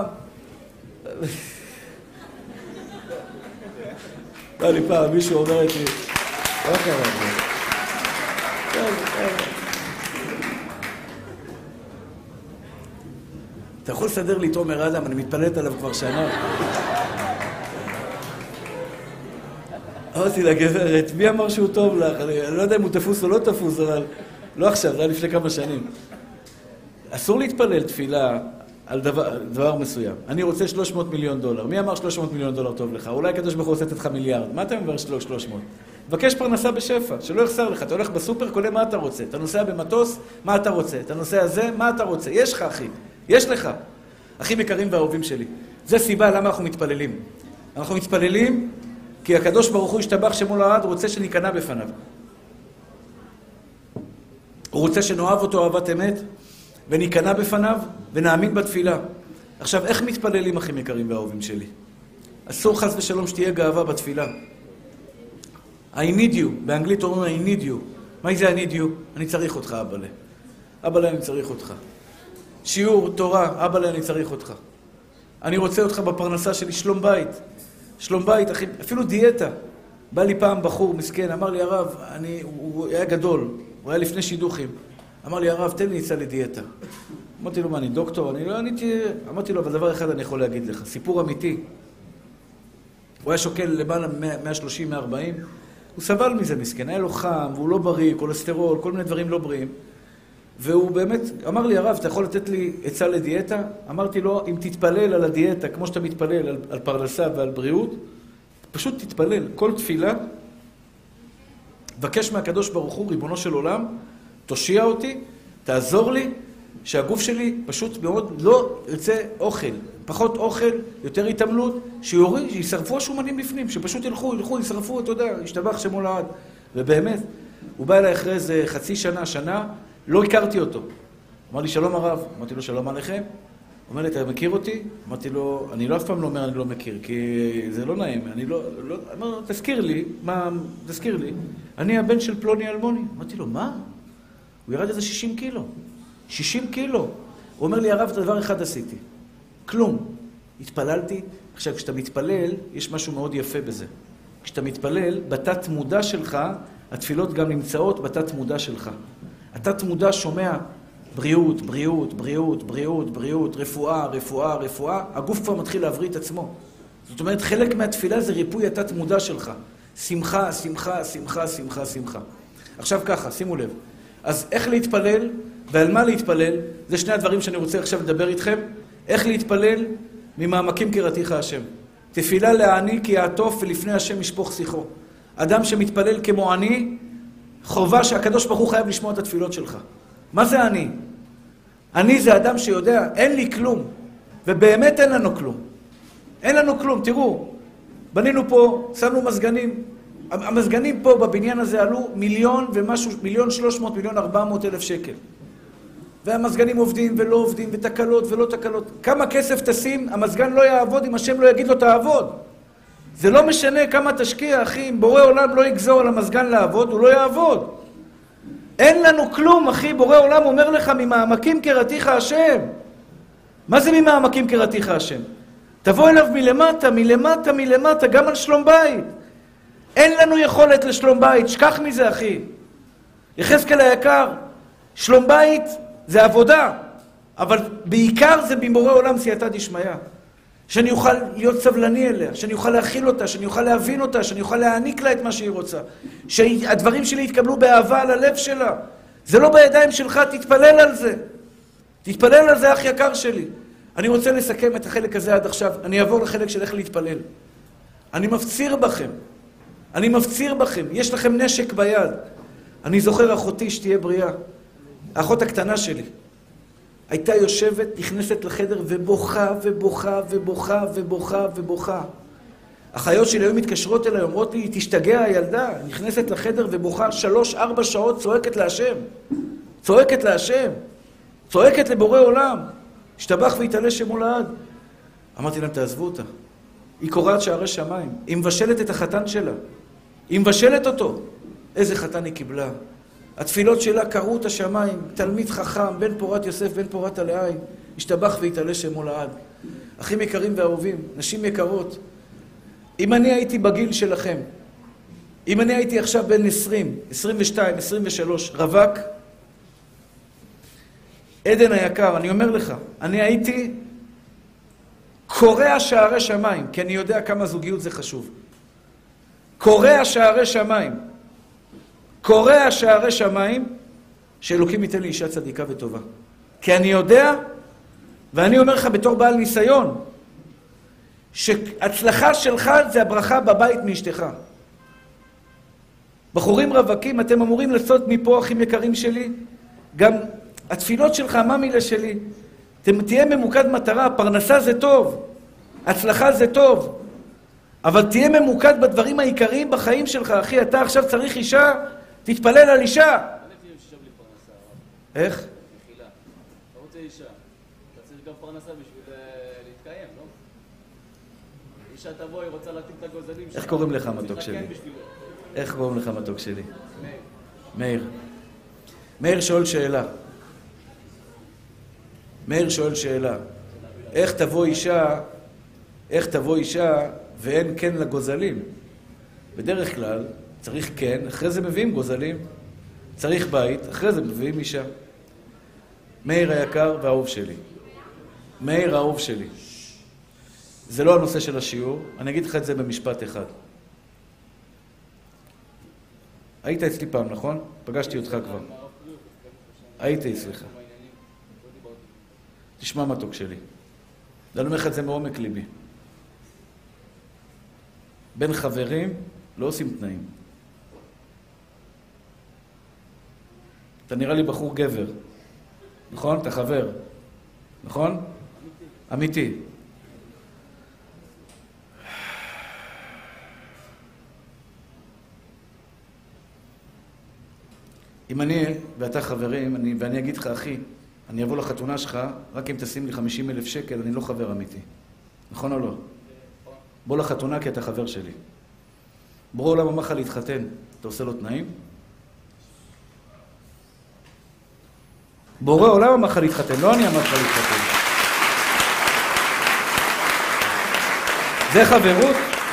בא לי פעם, מישהו אומר את לי, לא קרה לי. אתה יכול לסדר לי תומר אדם, אני מתפללת עליו כבר שנה. אמרתי לגברת, מי אמר שהוא טוב לך? אני לא יודע אם הוא תפוס או לא תפוס, אבל לא עכשיו, זה היה לפני כמה שנים. אסור להתפלל תפילה על דבר מסוים. אני רוצה $300 מיליון. מי אמר $300 מיליון טוב לך? אולי הקדוש ברוך הוא עושה לך מיליארד. מה אתה אומר 300? מבקש פרנסה בשפע, שלא יחסר לך. אתה הולך בסופר, קולה מה אתה רוצה. אתה נוסע במטוס, מה אתה רוצה. אתה נוסע הזה, מה אתה רוצה. יש לך, אחי. יש לך. אחים יקרים ואהובים שלי. זה סיבה למה אנחנו מתפללים. אנחנו מתפללים כי הקדוש ברוך הוא ישתבח שמו לעד, הוא רוצה שניכנע בפניו. הוא רוצה שנאהב אותו אהבת אמת, וניכנע בפניו, ונאמין בתפילה. עכשיו, איך מתפללים, אחים יקרים ואהובים שלי? אסור חס ושלום שתהיה גאווה בתפילה. I need you. באנגלית אומרים I need you. מה זה I need you? אני צריך אותך, אבאלה. אבאלה, אני צריך אותך. שיעור, תורה, אבאלה, אני צריך אותך. אני רוצה אותך בפרנסה שלי, שלום בית. שלום בית, אחי, אפילו דיאטה. בא לי פעם בחור מסכן, אמר לי, הרב, הוא היה גדול, הוא היה לפני שידוכים. אמר לי, הרב, תן לי עצה לדיאטה. אמרתי לו, מה, אני דוקטור? אני לא עניתי... אמרתי לו, אבל דבר אחד אני יכול להגיד לך, סיפור אמיתי. הוא היה שוקל למעלה 130-140, הוא סבל מזה מסכן, היה לו חם, והוא לא בריא, קולסטרול, כל מיני דברים לא בריאים. והוא באמת, אמר לי, הרב, אתה יכול לתת לי עצה לדיאטה? אמרתי לו, אם תתפלל על הדיאטה, כמו שאתה מתפלל על פרנסה ועל בריאות, פשוט תתפלל. כל תפילה, בקש מהקדוש ברוך הוא, ריבונו של עולם, תושיע אותי, תעזור לי, שהגוף שלי פשוט מאוד לא ירצה אוכל. פחות אוכל, יותר התעמלות, שישרפו השומנים בפנים, שפשוט ילכו, ישרפו, אתה יודע, ישתבח שמו לעד. ובאמת, הוא בא אליי אחרי איזה חצי שנה, לא הכרתי אותו. אמר לי, שלום הרב. אמרתי לו, שלום עליכם. הוא אומר לי, אתה מכיר אותי? אמרתי לו, אני לא אף פעם לא אומר, אני לא מכיר, כי זה לא נעים. אני לא... אמר, תזכיר לי. אני הבן של פלוני אלמוני. אמרתי לו, מה? הוא ירד איזה 60 קילו. 60 קילו. הוא אומר לי, הרב, דבר אחד עשיתי. כלום. התפללתי. עכשיו, כשאתה מתפלל, יש משהו מאוד יפה בזה. כשאתה מתפלל, בתת מודע שלך, התפילות גם נמצאות בתת מודע שלך. התת מודע שומע בריאות, רפואה. הגוף כבר מתחיל להבריא את עצמו. זאת אומרת, חלק מהתפילה זה ריפוי התת מודע שלך. שמחה. עכשיו ככה, שימו לב. אז איך להתפלל? ועל מה להתפלל. זה שני הדברים שאני רוצה עכשיו לדבר איתכם. איך להתפלל ממעמקים קראתיך השם. תפילה לעני כי יעטוף ולפני השם ישפוך שיחו. אדם שמתפלל כמו עני, חובה שהקדוש ברוך הוא חייב לשמוע את התפילות שלך. מה זה עני? עני זה אדם שיודע, אין לי כלום. ובאמת אין לנו כלום. אין לנו כלום, תראו. בנינו פה, שמנו מזגנים. המזגנים פה בבניין הזה עלו 1,300,000-1,400,000 שקל. והמזגנים עובדים ולא עובדים, ותקלות ולא תקלות. כמה כסף תשים, המזגן לא יעבוד אם השם לא יגיד לו תעבוד. זה לא משנה כמה תשקיע, אחי, אם בורא עולם לא יגזור על המזגן לעבוד, הוא לא יעבוד. אין לנו כלום, אחי, בורא עולם אומר לך, ממעמקים קראתיך השם. מה זה ממעמקים קראתיך השם? תבוא אליו מלמטה, מלמטה, מלמטה, גם על שלום בית. אין לנו יכולת לשלום בית, שכח מזה, אחי. יחזקאל היקר, שלום בית זה עבודה, אבל בעיקר זה במבורא עולם סייעתא דשמיא. שאני אוכל להיות סבלני אליה, שאני אוכל להכיל אותה, שאני אוכל להבין אותה, שאני אוכל להעניק לה את מה שהיא רוצה. שהדברים שלי יתקבלו באהבה על הלב שלה. זה לא בידיים שלך, תתפלל על זה. תתפלל על זה, אח יקר שלי. אני רוצה לסכם את החלק הזה עד עכשיו. אני אעבור לחלק של איך להתפלל. אני מפציר בכם. אני מפציר בכם. יש לכם נשק ביד. אני זוכר אחותי שתהיה בריאה. האחות הקטנה שלי. הייתה יושבת, נכנסת לחדר ובוכה ובוכה ובוכה ובוכה ובוכה. החיות שלי היו מתקשרות אליי, אומרות לי, תשתגע הילדה, נכנסת לחדר ובוכה 3-4 שעות, צועקת להשם. צועקת להשם. צועקת לבורא עולם. השתבח והתעלה שמו לעד. אמרתי להם, תעזבו אותה. היא קוראת שערי שמיים. היא מבשלת את החתן שלה. היא מבשלת אותו. איזה חתן היא קיבלה. התפילות שלה קראו את השמיים, תלמיד חכם, בן פורת יוסף, בן פורת עליין, השתבח והתעלה שמו לעד. אחים יקרים ואהובים, נשים יקרות, אם אני הייתי בגיל שלכם, אם אני הייתי עכשיו בן 20, 22, 23, רווק, עדן היקר, אני אומר לך, אני הייתי קורע שערי שמיים, כי אני יודע כמה זוגיות זה חשוב. קורע שערי שמיים. קורע שערי שמיים, שאלוקים ייתן לי אישה צדיקה וטובה. כי אני יודע, ואני אומר לך בתור בעל ניסיון, שהצלחה שלך זה הברכה בבית מאשתך. בחורים רווקים, אתם אמורים לעשות מפה, אחים יקרים שלי, גם התפילות שלך, הממילה שלי, תהיה ממוקד מטרה, פרנסה זה טוב, הצלחה זה טוב, אבל תהיה ממוקד בדברים העיקריים בחיים שלך, אחי, אתה עכשיו צריך אישה, תתפלל על אישה. איך? מחילה. אתה רוצה אישה. אתה צריך גם פרנסה בשביל להתקיים, לא? אישה תבוא, היא רוצה להתאים את הגוזלים שלה. איך קוראים לך מתוק שלי? איך קוראים לך מתוק שלי? מאיר. מאיר שואל שאלה. מאיר שואל שאלה. איך תבוא אישה ואין כן לגוזלים? בדרך כלל צריך כן, אחרי זה מביאים גוזלים. צריך בית, אחרי זה מביאים אישה. מאיר היקר והאהוב שלי. מאיר האהוב שלי. זה לא הנושא של השיעור, אני אגיד לך את זה במשפט אחד. היית אצלי פעם, נכון? פגשתי אותך כבר. הייתי אצלך. תשמע מתוק שלי. אני אומר לך את זה מעומק ליבי. בין חברים לא עושים תנאים. אתה נראה לי בחור גבר, נכון? אתה חבר, נכון? אמיתי. אם אני ואתה חברים, ואני אגיד לך, אחי, אני אבוא לחתונה שלך, רק אם תשים לי 50,000 שקל, אני לא חבר אמיתי. נכון או לא? בוא לחתונה כי אתה חבר שלי. בורא עולם אמר לך להתחתן, אתה עושה לו תנאים? בורא עולם אמר לך להתחתן, לא אני אמר לך להתחתן. זה חברות?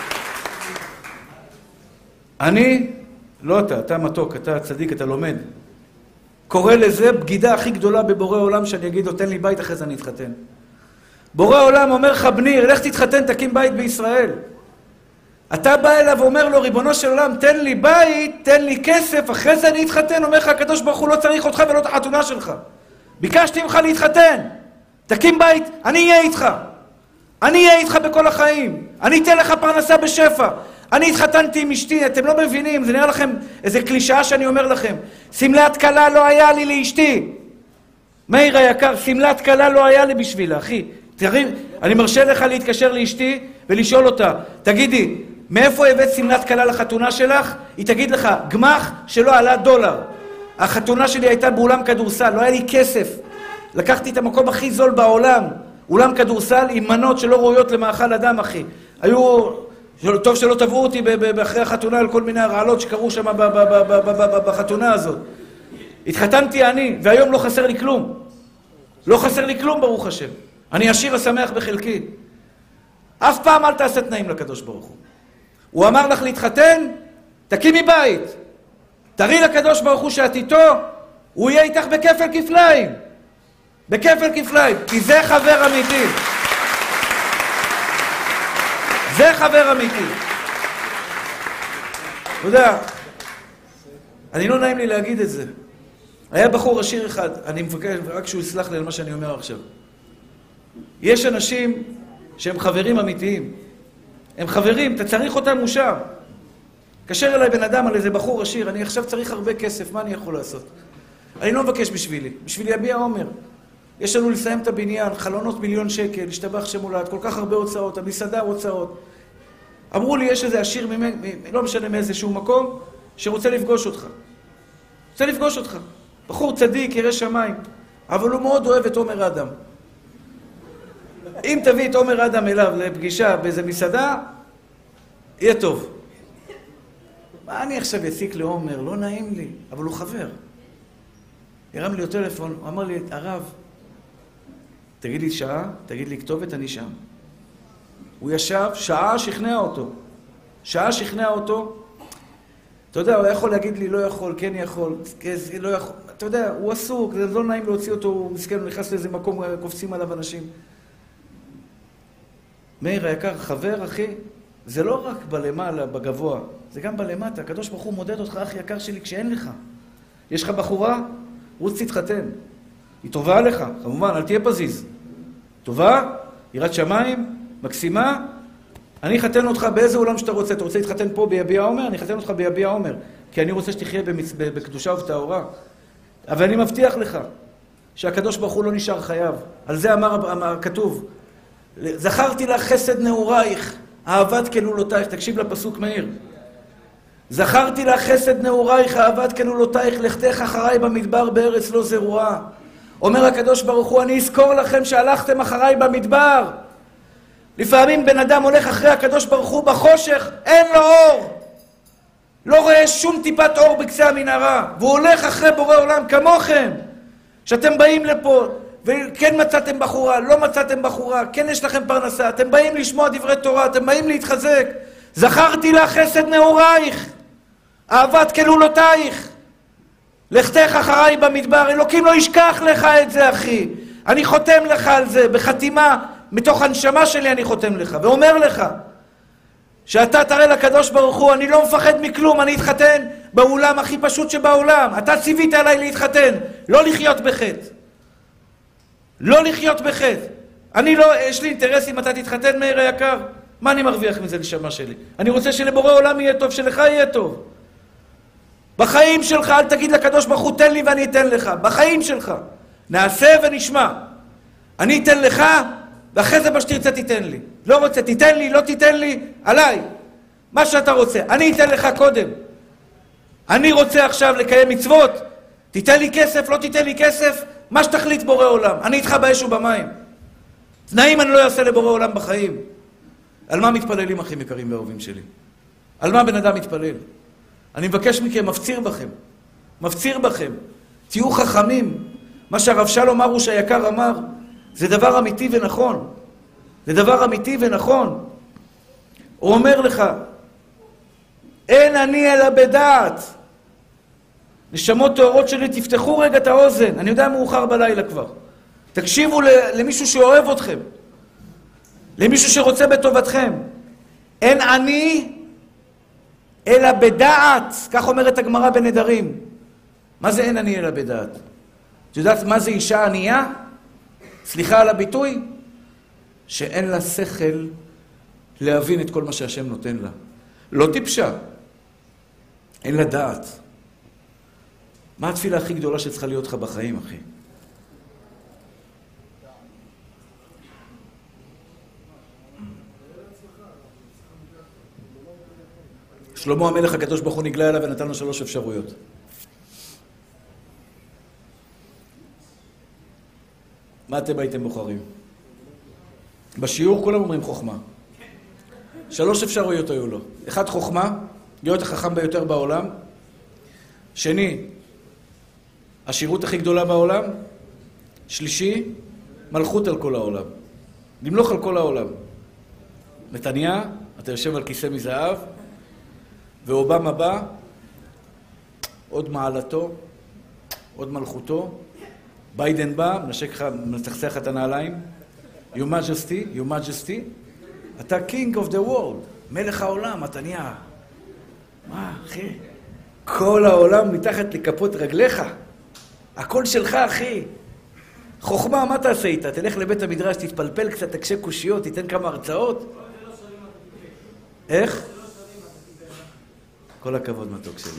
אני, לא אתה מתוק, אתה צדיק, אתה לומד. קורא לזה בגידה הכי גדולה בבורא עולם, שאני אגיד לו, תן לי בית, אחרי זה אני אתחתן. בורא עולם אומר לך, בני, לך תתחתן, תקים בית בישראל. אתה בא אליו ואומר לו, ריבונו של עולם, תן לי בית, תן לי כסף, אחרי זה אני אתחתן. אומר לך, הקדוש ברוך הוא לא צריך אותך ולא את החתונה שלך. ביקשתי ממך להתחתן. תקים בית, אני אהיה איתך. אני אהיה איתך בכל החיים. אני אתן לך פרנסה בשפע. אני התחתנתי עם אשתי, אתם לא מבינים, זה נראה לכם איזה קלישאה שאני אומר לכם. סמלת כלה לא היה לי לאשתי. מאיר היקר, סמלת כלה לא היה לי בשבילה, אחי. תראי, אני מרשה לך להתקשר לאשתי ולשאול אותה, תגידי, מאיפה הבאת סמלת כלה לחתונה שלך? היא תגיד לך, גמח שלא עלה דולר. החתונה שלי הייתה באולם כדורסל, לא היה לי כסף. לקחתי את המקום הכי זול בעולם, אולם כדורסל עם מנות שלא ראויות למאכל אדם, אחי. היו, טוב שלא תבעו אותי אחרי החתונה על כל מיני הרעלות שקרו שם בחתונה הזאת. התחתנתי אני, והיום לא חסר לי כלום. לא חסר לי כלום, ברוך השם. אני עשיר ושמח בחלקי. אף פעם אל תעשה תנאים לקדוש ברוך הוא. הוא אמר לך להתחתן, תקימי בית. תראי לקדוש ברוך הוא שאת איתו, הוא יהיה איתך בכפל כפליים. בכפל כפליים, כי זה חבר אמיתי. זה חבר אמיתי. אתה יודע, אני לא נעים לי להגיד את זה. היה בחור עשיר אחד, אני מבקש רק שהוא יסלח לי על מה שאני אומר עכשיו. יש אנשים שהם חברים אמיתיים. הם חברים, אתה צריך אותם מושב. קשר אליי בן אדם על איזה בחור עשיר, אני עכשיו צריך הרבה כסף, מה אני יכול לעשות? אני לא מבקש בשבילי יביע עומר. יש לנו לסיים את הבניין, חלונות מיליון שקל, השתבח שמולד, כל כך הרבה הוצאות, המסעדה הוצאות. אמרו לי, יש איזה עשיר, לא משנה מאיזשהו מקום, שרוצה לפגוש אותך. רוצה לפגוש אותך. בחור צדיק, ירא שמיים, אבל הוא מאוד אוהב את עומר אדם. אם תביא את עומר אדם אליו לפגישה באיזה מסעדה, יהיה טוב. מה אני עכשיו אציק לעומר? לא נעים לי, אבל הוא חבר. הרם לי לו טלפון, הוא אמר לי, הרב, תגיד לי שעה, תגיד לי כתובת, אני שם. הוא ישב, שעה שכנע אותו. שעה שכנע אותו. אתה יודע, הוא יכול להגיד לי, לא יכול, כן יכול, לא יכול. אתה יודע, הוא עסוק, זה לא נעים להוציא אותו, הוא מסכן, הוא נכנס לאיזה מקום, קופצים עליו אנשים. מאיר היקר, חבר, אחי, זה לא רק בלמעלה, בגבוה, זה גם בלמטה. הקדוש ברוך הוא מודד אותך, אח יקר שלי, כשאין לך. יש לך בחורה, רוץ תתחתן. היא טובה לך, כמובן, אל תהיה פזיז. טובה, יראת שמיים, מקסימה. אני אחתן אותך באיזה עולם שאתה רוצה. אתה רוצה להתחתן פה ביביע עומר? אני אחתן אותך ביביע עומר. כי אני רוצה שתחיה בקדושה ובטהרה. אבל אני מבטיח לך שהקדוש ברוך הוא לא נשאר חייב. על זה אמר כתוב, זכרתי לך חסד נעורייך, אהבת כלולותייך. תקשיב לפסוק מאיר. זכרתי לך חסד נעורייך, אהבת כלולותייך, לכתך אחריי במדבר בארץ לא זרועה. אומר הקדוש ברוך הוא, אני אזכור לכם שהלכתם אחריי במדבר. לפעמים בן אדם הולך אחרי הקדוש ברוך הוא בחושך, אין לו אור. לא רואה שום טיפת אור בקצה המנהרה. והוא הולך אחרי בורא עולם כמוכם. שאתם באים לפה, וכן מצאתם בחורה, לא מצאתם בחורה, כן יש לכם פרנסה, אתם באים לשמוע דברי תורה, אתם באים להתחזק. זכרתי לך חסד נעורייך, אהבת כלולותייך. לכתך אחריי במדבר, אלוקים לא ישכח לך את זה, אחי. אני חותם לך על זה, בחתימה, מתוך הנשמה שלי אני חותם לך, ואומר לך, שאתה תראה לקדוש ברוך הוא, אני לא מפחד מכלום, אני אתחתן באולם הכי פשוט שבעולם. אתה ציווית עליי להתחתן, לא לחיות בחטא. לא לחיות בחטא. אני לא, יש לי אינטרס אם אתה תתחתן מאיר היקר. מה אני מרוויח מזה נשמה שלי? אני רוצה שלבורא עולם יהיה טוב, שלך יהיה טוב. בחיים שלך אל תגיד לקדוש ברוך הוא תן לי ואני אתן לך. בחיים שלך. נעשה ונשמע. אני אתן לך ואחרי זה מה שתרצה תיתן לי. לא רוצה, תיתן לי, לא תיתן לי, עליי. מה שאתה רוצה. אני אתן לך קודם. אני רוצה עכשיו לקיים מצוות. תיתן לי כסף, לא תיתן לי כסף, מה שתחליט בורא עולם. אני איתך באש ובמים. תנאים אני לא אעשה לבורא עולם בחיים. על מה מתפללים אחים יקרים ואהובים שלי? על מה בן אדם מתפלל? אני מבקש מכם, מפציר בכם. מפציר בכם. תהיו חכמים. מה שהרב שלום ארוש היקר אמר, זה דבר אמיתי ונכון. זה דבר אמיתי ונכון. הוא אומר לך, אין אני אלא בדעת. נשמות טהורות שלי, תפתחו רגע את האוזן. אני יודע מאוחר בלילה כבר. תקשיבו למישהו שאוהב אתכם. למישהו שרוצה בטובתכם. אין אני אלא בדעת. כך אומרת הגמרא בנדרים. מה זה אין אני אלא בדעת? את יודעת מה זה אישה ענייה? סליחה על הביטוי? שאין לה שכל להבין את כל מה שהשם נותן לה. לא טיפשה. אין לה דעת. מה התפילה הכי גדולה שצריכה להיות לך בחיים, אחי? שלמה המלך הקדוש ברוך הוא נגלה אליו ונתן לו 3 אפשרויות. מה אתם הייתם בוחרים? בשיעור כולם אומרים חוכמה. 3 אפשרויות היו לו. 1, חוכמה, להיות החכם ביותר בעולם. 2, השירות הכי גדולה בעולם. 3, מלכות על כל העולם. למלוך על כל העולם. נתניה, אתה יושב על כיסא מזהב, ואובמה בא, עוד מעלתו, עוד מלכותו, ביידן בא, מצחצח את הנעליים, Your Majesty, אתה King of the world, מלך העולם, אתה נהיה. מה, אחי? כל העולם מתחת לכפות רגליך. הכל שלך, אחי. חוכמה, מה תעשה איתה? תלך לבית המדרש, תתפלפל קצת, תקשה קושיות, תיתן כמה הרצאות. איך? כל הכבוד מתוק שלי.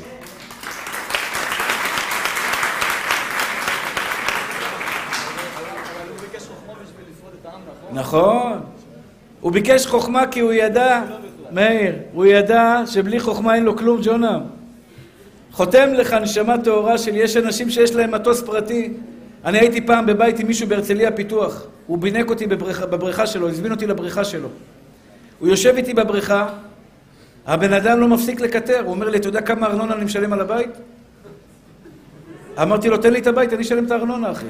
נכון. הוא ביקש חוכמה כי הוא ידע, מאיר, הוא ידע שבלי חוכמה אין לו כלום, ג'ונה. חותם לך נשמה טהורה שלי, יש אנשים שיש להם מטוס פרטי. אני הייתי פעם בבית עם מישהו בהרצליה פיתוח. הוא בינק אותי בבריכה שלו, הזמין אותי לבריכה שלו. הוא יושב איתי בבריכה, הבן אדם לא מפסיק לקטר. הוא אומר לי, אתה יודע כמה ארנונה אני משלם על הבית? אמרתי לו, תן לי את הבית, אני אשלם את הארנונה, אחי.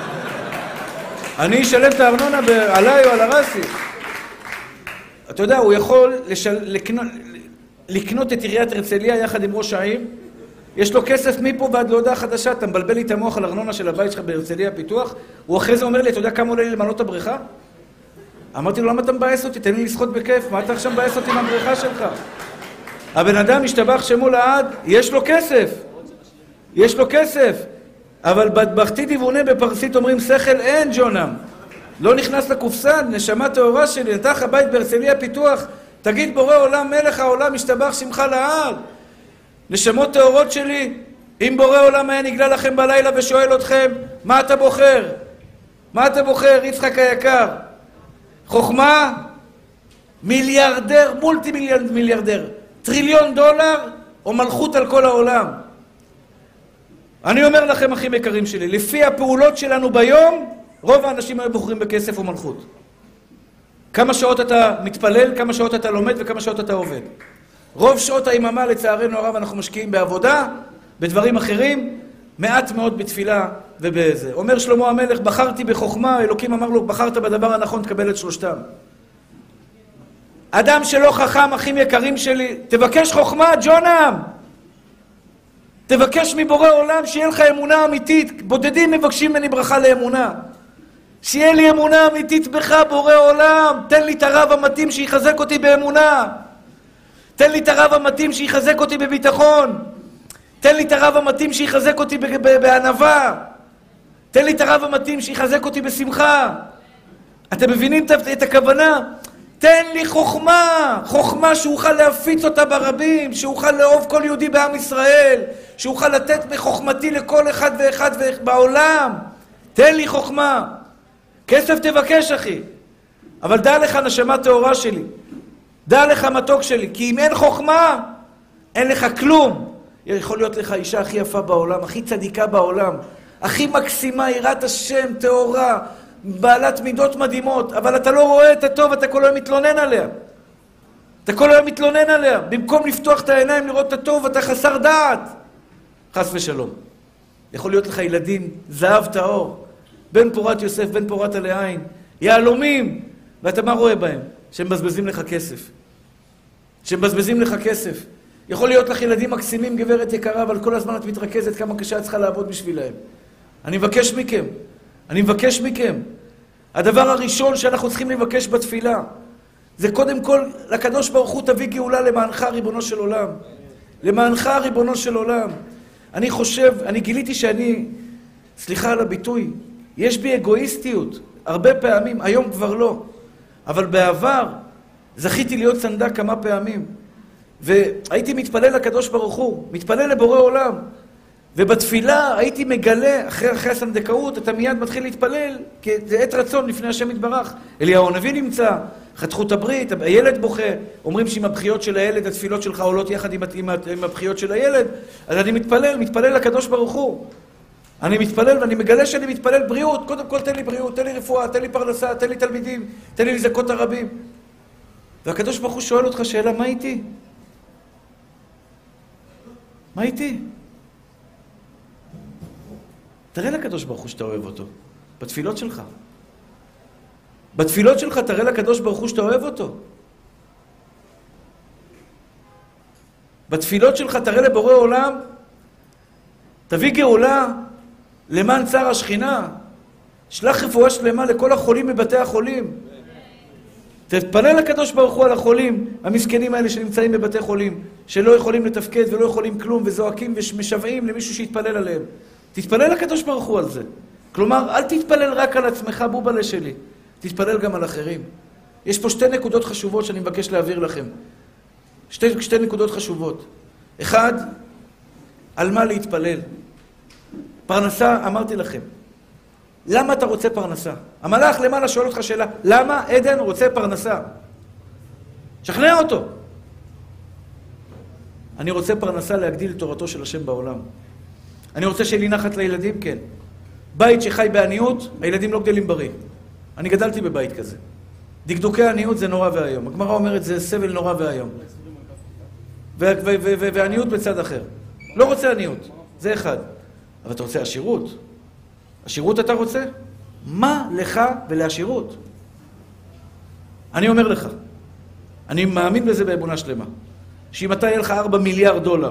אני אשלם את הארנונה עליי או על הרסי. אתה יודע, הוא יכול לקנות את עיריית הרצליה יחד עם ראש העיר. יש לו כסף מפה ועד להודעה חדשה. אתה מבלבל לי את המוח על ארנונה של הבית שלך בהרצליה פיתוח. הוא אחרי זה אומר לי, אתה יודע כמה עולה לי למנות את הבריכה? אמרתי לו, למה אתה מבאס אותי? תן לי לשחות בכיף. מה אתה עכשיו מבאס אותי מהבריכה שלך? הבן אדם משתבח שמו לעד, יש לו כסף. יש לו כסף. אבל בבחתי דיוונה בפרסית אומרים שכל אין, ג'ונם. לא נכנס לקופסה, נשמה טהורה שלי, נתן לך בית בהרצליה פיתוח, תגיד בורא עולם מלך העולם, משתבח שמך לעד. נשמות טהורות שלי, אם בורא עולם היה נגלה לכם בלילה ושואל אתכם, מה אתה בוחר? מה אתה בוחר, יצחק היקר? חוכמה? מיליארדר, מולטי מיליארדר, $1,000,000,000 או מלכות על כל העולם? אני אומר לכם, אחים יקרים שלי, לפי הפעולות שלנו ביום, רוב האנשים היו בוחרים בכסף ומלכות. כמה שעות אתה מתפלל, כמה שעות אתה לומד וכמה שעות אתה עובד. רוב שעות היממה, לצערנו הרב, אנחנו משקיעים בעבודה, בדברים אחרים, מעט מאוד בתפילה ובאיזה. אומר שלמה המלך, בחרתי בחוכמה, אלוקים אמר לו, בחרת בדבר הנכון, תקבל את 3. אדם שלא חכם, אחים יקרים שלי, תבקש חוכמה, ג'ונם. תבקש מבורא עולם שיהיה לך אמונה אמיתית. בודדים מבקשים ממני ברכה לאמונה. שיהיה לי אמונה אמיתית בך, בורא עולם. תן לי את הרב המתאים שיחזק אותי באמונה. תן לי את הרב המתאים שיחזק אותי בביטחון. תן לי את הרב המתאים שיחזק אותי בענווה. תן לי את הרב המתאים שיחזק אותי בשמחה. אתם מבינים את הכוונה? תן לי חוכמה, חוכמה שאוכל להפיץ אותה ברבים, שאוכל לאהוב כל יהודי בעם ישראל, שאוכל לתת בחוכמתי לכל אחד ואחד בעולם. תן לי חוכמה. כסף תבקש, אחי. אבל דע לך נשמה טהורה שלי. דע לך מתוק שלי. כי אם אין חוכמה, אין לך כלום. יכול להיות לך אישה הכי יפה בעולם, הכי צדיקה בעולם, הכי מקסימה, יראת השם, טהורה, בעלת מידות מדהימות, אבל אתה לא רואה את הטוב, אתה כל היום מתלונן עליה. אתה כל היום מתלונן עליה. במקום לפתוח את העיניים לראות את הטוב, אתה חסר דעת. חס ושלום. יכול להיות לך ילדים, זהב טהור, בן פורת יוסף, בן פורת עלי עין, יהלומים, ואתה מה רואה בהם? שהם מבזבזים לך כסף. שהם מבזבזים לך כסף. יכול להיות לך ילדים מקסימים, גברת יקרה, אבל כל הזמן את מתרכזת כמה קשה את צריכה לעבוד בשבילהם. אני מבקש מכם. הדבר הראשון שאנחנו צריכים לבקש בתפילה, זה קודם כל, לקדוש ברוך הוא תביא גאולה למענך ריבונו של עולם. למענך ריבונו של עולם. אני גיליתי שאני סליחה על הביטוי, יש בי אגואיסטיות, הרבה פעמים, היום כבר לא. אבל בעבר זכיתי להיות סנדק כמה פעמים. והייתי מתפלל לקדוש ברוך הוא, מתפלל לבורא עולם. ובתפילה הייתי מגלה, אחרי הסנדקאות, אתה מיד מתחיל להתפלל, כי זה עת רצון לפני השם יתברך. אליהו הנביא נמצא, חתכו את הברית, הילד בוכה, אומרים שעם הבכיות של הילד, התפילות שלך עולות יחד עם הבכיות של הילד, אז אני מתפלל לקדוש ברוך הוא. אני מתפלל ואני מגלה שאני מתפלל בריאות, קודם כל תן לי בריאות, תן לי רפואה, תן לי פרנסה, תן לי תלמידים, תן לי לזכות הרבים. והקדוש ברוך הוא שואל אותך שאלה, מה איתי? מה איתי? תראה לקדוש ברוך הוא שאתה אוהב אותו, בתפילות שלך. בתפילות שלך תראה לקדוש ברוך הוא שאתה אוהב אותו. בתפילות שלך תראה לבורא עולם, תביא גאולה למען צער השכינה, שלח רפואה שלמה לכל החולים בבתי החולים. תתפלל לקדוש ברוך הוא על החולים, המסכנים האלה שנמצאים בבתי חולים, שלא יכולים לתפקד ולא יכולים כלום, וזועקים ומשוועים למישהו שיתפלל עליהם. תתפלל לקדוש ברוך הוא על זה. כלומר, אל תתפלל רק על עצמך, בובלה שלי. תתפלל גם על אחרים. יש פה שתי נקודות חשובות שאני מבקש להעביר לכם. שתי נקודות חשובות. אחד, על מה להתפלל. פרנסה, אמרתי לכם. למה אתה רוצה פרנסה? המלאך למעלה שואל אותך שאלה, למה עדן רוצה פרנסה? שכנע אותו. אני רוצה פרנסה להגדיל את תורתו של השם בעולם. אני רוצה שיהיה לי נחת לילדים, כן. בית שחי בעניות, הילדים לא גדלים בריא. אני גדלתי בבית כזה. דקדוקי העניות זה נורא והיום. הגמרא אומרת זה סבל נורא והיום. ועניות בצד אחר. לא רוצה עניות, זה אחד. אבל אתה רוצה עשירות. עשירות אתה רוצה? מה לך ולעשירות? אני אומר לך, אני מאמין בזה באמונה שלמה, שאם אתה יהיה לך 4 מיליארד דולר,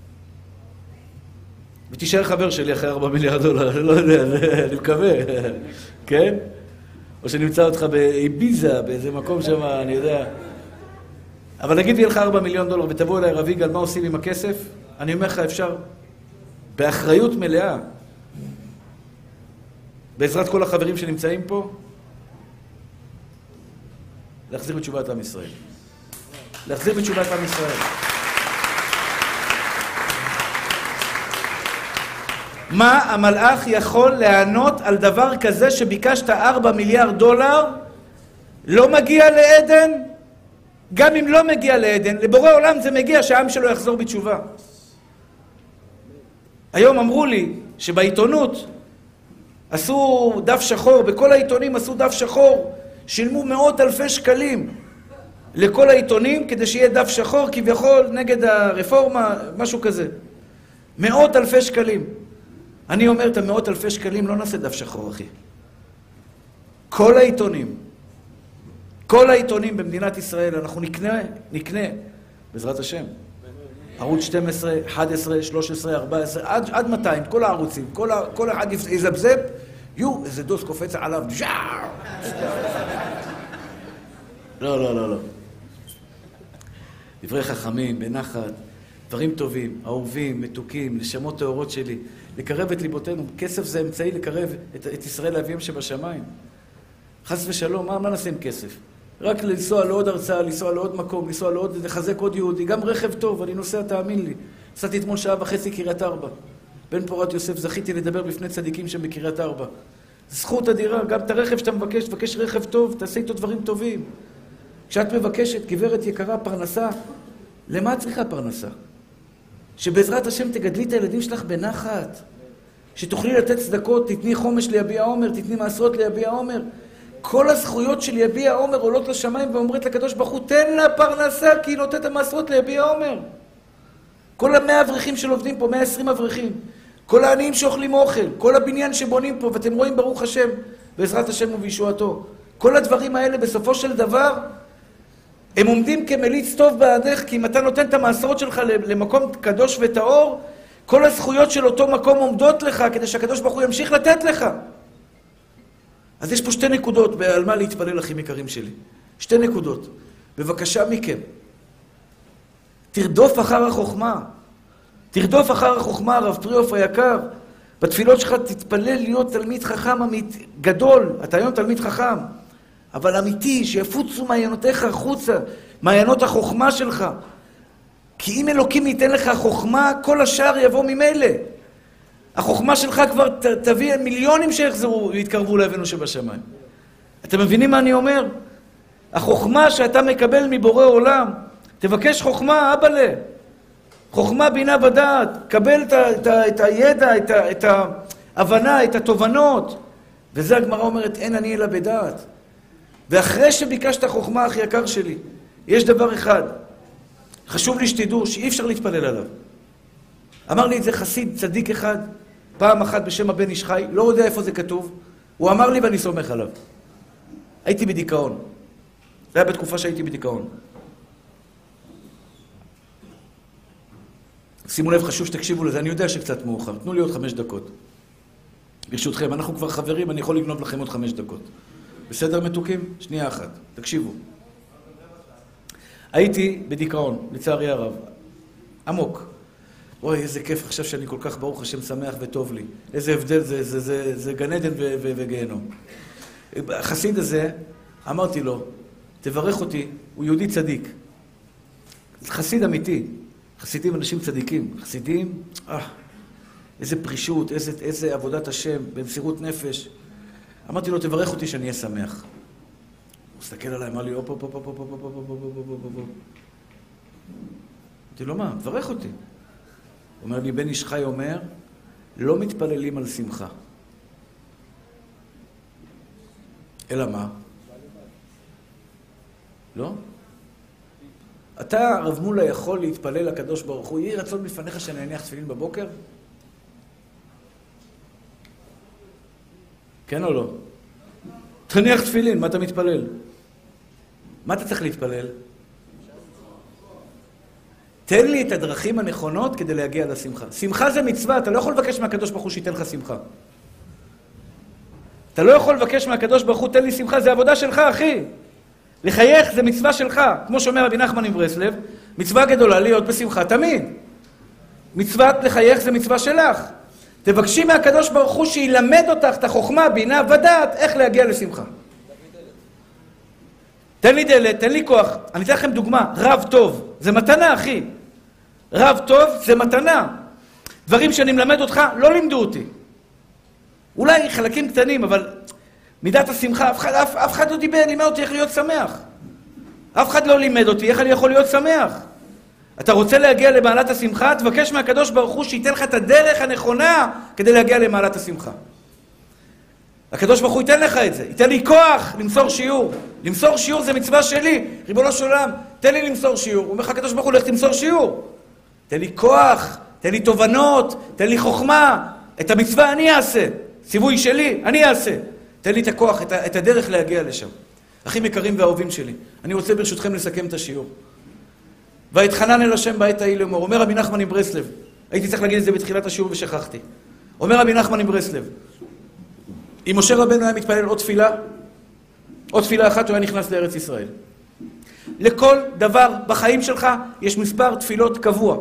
ותישאר חבר שלי אחרי 4 מיליארד דולר, אני לא יודע, אני מקווה, כן? או שנמצא אותך באביזה, באיזה מקום שם, אני יודע. אבל נגיד יהיה לך 4 מיליון דולר ותבוא אליי רב יגאל, מה עושים עם הכסף? אני אומר לך, אפשר, באחריות מלאה, בעזרת כל החברים שנמצאים פה, להחזיר בתשובת עם ישראל. להחזיר בתשובת עם ישראל. מה המלאך יכול לענות על דבר כזה שביקשת 4 מיליארד דולר, לא מגיע לעדן? גם אם לא מגיע לעדן, לבורא עולם זה מגיע שהעם שלו יחזור בתשובה. היום אמרו לי שבעיתונות עשו דף שחור, בכל העיתונים עשו דף שחור, שילמו 100,000 שקלים לכל העיתונים כדי שיהיה דף שחור כביכול נגד הרפורמה, משהו כזה. 100,000 שקלים. אני אומר, את 100,000 שקלים לא נעשה דף שחור, אחי. כל העיתונים במדינת ישראל, אנחנו נקנה, בעזרת השם. ערוץ 12, 11, 13, 14, עד 200, כל הערוצים, כל אחד יזבזב, איזה דוס קופץ עליו, לא. דברי חכמים, בנחת, דברים טובים, אהובים, מתוקים, נשמות טהורות שלי, לקרב את ליבותינו. כסף זה אמצעי לקרב את ישראל לאביהם שבשמיים. חס ושלום, מה נעשה עם כסף? רק לנסוע לעוד הרצאה, לנסוע לעוד מקום, לנסוע לעוד, לחזק עוד יהודי. גם רכב טוב, אני נוסע, תאמין לי. נסעתי אתמול 1.5 שעה קריית ארבע. בן פורת יוסף, זכיתי לדבר בפני צדיקים שם בקריית ארבע. זכות אדירה, גם את הרכב שאתה מבקש, תבקש רכב טוב, תעשה איתו דברים טובים. כשאת מבקשת, גברת יקרה, פרנסה, למה את צריכה פרנסה? שבעזרת השם תגדלי את הילדים שלך בנחת. שתוכלי לתת צדקות, תתני חומש ליביע עומר, תתני מעשרות ליביע עומר. כל הזכויות של יביע עומר עולות לשמיים ואומרת לקדוש ברוך הוא, תן לה פרנסה כי היא נותנת המעשרות ליביע עומר. כל 100 אברכים שלעובדים פה, 120 אברכים, כל העניים שאוכלים אוכל, כל הבניין שבונים פה, ואתם רואים ברוך השם, בעזרת השם ובישועתו. כל הדברים האלה בסופו של דבר, הם עומדים כמליץ טוב בעדך, כי אם אתה נותן את המעשרות שלך למקום קדוש וטהור, כל הזכויות של אותו מקום עומדות לך, כדי שהקדוש ברוך הוא ימשיך לתת לך. אז יש פה 2 נקודות על מה להתפלל, אחים יקרים שלי. 2 נקודות. בבקשה מכם. תרדוף אחר החוכמה. תרדוף אחר החוכמה, הרב פריאוף היקר. בתפילות שלך תתפלל להיות תלמיד חכם גדול. אתה היום תלמיד חכם, אבל אמיתי, שיפוצו מעיינותיך החוצה, מעיינות החוכמה שלך. כי אם אלוקים ייתן לך חוכמה, כל השאר יבוא ממילא. החוכמה שלך כבר תביא מיליונים שיחזרו ויתקרבו לאבינו שבשמיים. אתם מבינים מה אני אומר? החוכמה שאתה מקבל מבורא עולם, תבקש חוכמה, אבאלה. חוכמה, בינה ודעת, קבל את הידע, את ההבנה, את התובנות. וזה הגמרא אומרת, אין אני אלא בדעת. ואחרי שביקשת חוכמה, אח יקר שלי, יש דבר אחד, חשוב לי שתדעו, שאי אפשר להתפלל עליו. אמר לי את זה חסיד צדיק אחד, פעם אחת בשם הבן איש חי, לא יודע איפה זה כתוב, הוא אמר לי ואני סומך עליו. הייתי בדיכאון. זה היה בתקופה שהייתי בדיכאון. שימו לב, חשוב שתקשיבו לזה, אני יודע שקצת מאוחר, תנו לי עוד 5 דקות. ברשותכם, אנחנו כבר חברים, אני יכול לגנוב לכם עוד 5 דקות. בסדר מתוקים? שנייה אחת, תקשיבו. הייתי בדיכאון, לצערי הרב, עמוק. אוי, איזה כיף עכשיו שאני כל כך ברוך השם שמח וטוב לי. איזה הבדל, זה גן עדן וגיהנום. החסיד הזה, אמרתי לו, תברך אותי, הוא יהודי צדיק. חסיד אמיתי. חסידים אנשים צדיקים. חסידים, איזה פרישות, איזה עבודת השם, במסירות נפש. אמרתי לו, תברך אותי שאני אהיה שמח. הוא הסתכל עליי, אמר לי, אופ. אמרתי לו, מה? תברך אותי. הוא אומר לי, בן איש חי אומר, לא מתפללים על שמחה. אלא מה? לא? אתה, רב מולה, יכול להתפלל לקדוש ברוך הוא, יהי רצון בפניך שאני אניח תפילין בבוקר? כן או לא? תניח תפילין, מה אתה מתפלל? מה אתה צריך להתפלל? תן לי את הדרכים הנכונות כדי להגיע לשמחה. שמחה זה מצווה, אתה לא יכול לבקש מהקדוש ברוך הוא שייתן לך שמחה. אתה לא יכול לבקש מהקדוש ברוך הוא, תן לי שמחה, זה עבודה שלך, אחי. לחייך זה מצווה שלך. כמו שאומר רבי נחמן מברסלב, מצווה גדולה להיות בשמחה תמיד. מצוות לחייך זה מצווה שלך. תבקשי מהקדוש ברוך הוא שילמד אותך את החוכמה, בינה ודעת, איך להגיע לשמחה. תן לי דלת, תן לי כוח. אני אתן לכם דוגמה, רב טוב. זה מתנה, אחי. רב טוב זה מתנה. דברים שאני מלמד אותך, לא לימדו אותי. אולי חלקים קטנים, אבל מידת השמחה, אף אחד לא דיבר, לימד אותי איך להיות שמח. אף אחד לא לימד אותי איך אני יכול להיות שמח. אתה רוצה להגיע למעלת השמחה, תבקש מהקדוש ברוך הוא שייתן לך את הדרך הנכונה כדי להגיע למעלת השמחה. הקדוש ברוך הוא ייתן לך את זה, ייתן לי כוח למסור שיעור. למסור שיעור זה מצווה שלי. ריבונו של עולם, תן לי למסור שיעור. הוא אומר לך, הקדוש ברוך הוא, לך תמסור שיעור. תן לי כוח, תן לי תובנות, תן לי חוכמה. את המצווה אני אעשה. ציווי שלי, אני אעשה. תן לי את הכוח, את הדרך להגיע לשם. אחים יקרים ואהובים שלי, אני רוצה ברשותכם לסכם את השיעור. והתחנן אל השם בעת ההיא לאמור. אומר רבי נחמן מברסלב, הייתי צריך להגיד את זה בתחילת השיעור ושכחתי. אומר רבי נחמן מברסלב, אם משה רבנו היה מתפלל עוד תפילה אחת, הוא היה נכנס לארץ ישראל. לכל דבר בחיים שלך יש מספר תפילות קבוע.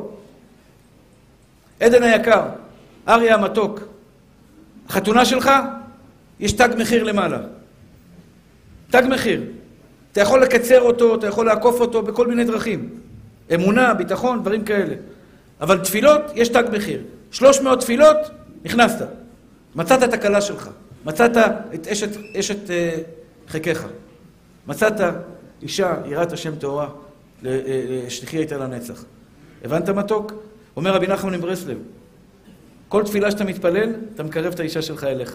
עדן היקר, אריה המתוק, החתונה שלך, יש תג מחיר למעלה. תג מחיר. אתה יכול לקצר אותו, אתה יכול לעקוף אותו בכל מיני דרכים. אמונה, ביטחון, דברים כאלה. אבל תפילות, יש תג מחיר. 300 תפילות, נכנסת. מצאת את הקלה שלך. מצאת את אשת חיקך. מצאת אישה, יראת השם טהורה, שתחיה איתה לנצח. הבנת מתוק? אומר רבי נחמן מברסלב, כל תפילה שאתה מתפלל, אתה מקרב את האישה שלך אליך.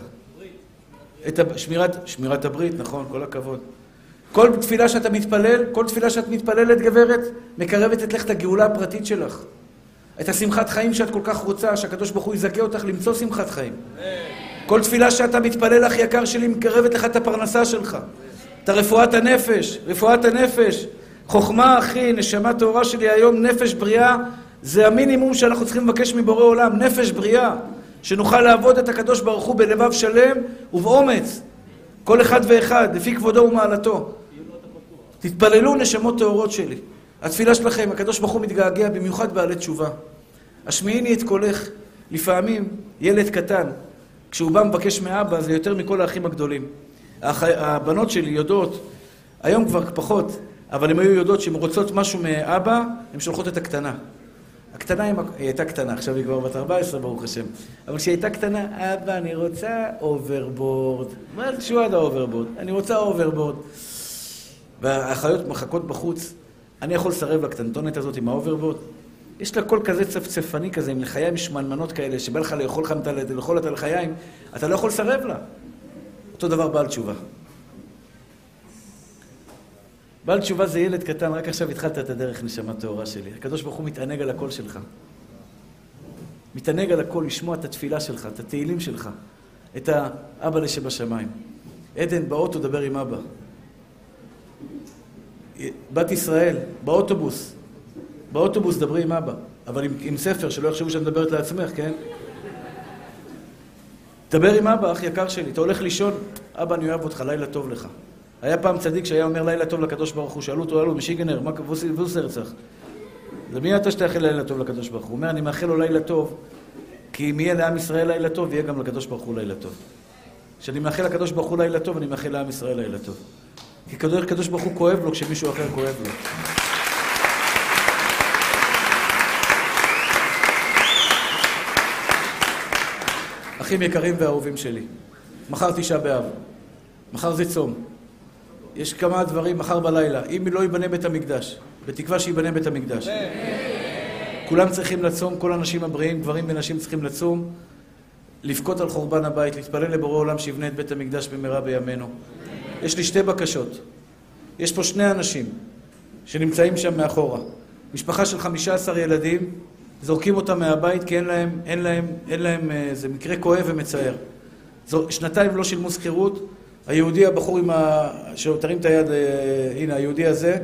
שמירת הברית, נכון, כל הכבוד. כל תפילה שאתה מתפלל, כל תפילה שאת מתפללת, גברת, מקרבת את לך את הגאולה הפרטית שלך. את השמחת חיים שאת כל כך רוצה, שהקדוש ברוך הוא יזכה אותך למצוא שמחת חיים. כל תפילה שאתה מתפלל, אח יקר שלי, מקרבת לך את הפרנסה שלך. את רפואת הנפש. חוכמה, אחי, נשמה טהורה שלי היום, נפש בריאה, זה המינימום שאנחנו צריכים לבקש מבורא עולם, נפש בריאה. שנוכל לעבוד את הקדוש ברוך הוא בלבב שלם ובאומץ. כל אחד ואחד, לפי כבודו ומעלתו. תתפללו נשמות טהורות שלי. התפילה שלכם, הקדוש ברוך הוא מתגעגע, במיוחד בעלי תשובה. השמיעיני את קולך. לפעמים ילד קטן, כשהוא בא מבקש מאבא, זה יותר מכל האחים הגדולים. הבנות שלי יודעות, היום כבר פחות, אבל הן היו יודעות שהן רוצות משהו מאבא, הן שולחות את הקטנה. הקטנה היא הייתה קטנה, עכשיו היא כבר בת 14, ברוך השם. אבל כשהיא הייתה קטנה, אבא, אני רוצה אוברבורד. מה זה שהוא עד האוברבורד? אני רוצה אוברבורד. והאחיות מחכות בחוץ. אני יכול לסרב לקטנטונת הזאת עם האוברבורד? יש לה קול כזה צפצפני כזה, עם לחיים שמנמנות כאלה, שבא לך לאכול אותה לחיים, אתה לא יכול לסרב לה. אותו דבר בעל תשובה. בעל תשובה זה ילד קטן, רק עכשיו התחלת את הדרך נשמה טהורה שלי. הקדוש ברוך הוא מתענג על הקול שלך. מתענג על הקול, לשמוע את התפילה שלך, את התהילים שלך, את האבא לשבשמיים. עדן, באוטו דבר עם אבא. בת ישראל, באוטובוס דברי עם אבא, אבל עם ספר, שלא יחשבו שאת מדברת לעצמך, כן? דבר עם אבא, אח יקר שלי, אתה הולך לישון, אבא אני אוהב אותך, לילה טוב לך. היה פעם צדיק שהיה אומר לילה טוב לקדוש ברוך הוא, שאלו אותו, משיגנר, מה ווסרצח? למי אתה שתאחל לילה טוב לקדוש ברוך הוא? הוא אומר, אני מאחל לו לילה טוב, כי אם יהיה לעם ישראל לילה טוב, יהיה גם לקדוש ברוך הוא לילה טוב. כשאני מאחל לקדוש ברוך הוא לילה טוב, אני מאחל לעם ישראל לילה טוב. כי קדוש ברוך הוא כואב לו כשמישהו אחר כואב לו. אחים יקרים ואהובים שלי, מחר תשעה באב, מחר זה צום. יש כמה דברים מחר בלילה. אם לא ייבנה בית המקדש, בתקווה שיבנה בית המקדש. כולם צריכים לצום, כל האנשים הבריאים, גברים ונשים צריכים לצום, לבכות על חורבן הבית, להתפלל לבורא עולם שיבנה את בית המקדש במהרה בימינו. יש לי שתי בקשות. יש פה שני אנשים שנמצאים שם מאחורה. משפחה של 15 ילדים, זורקים אותם מהבית כי אין להם, זה מקרה כואב ומצער. שנתיים לא שילמו שכירות, היהודי הבחור שתרים את היד, הנה היהודי הזה,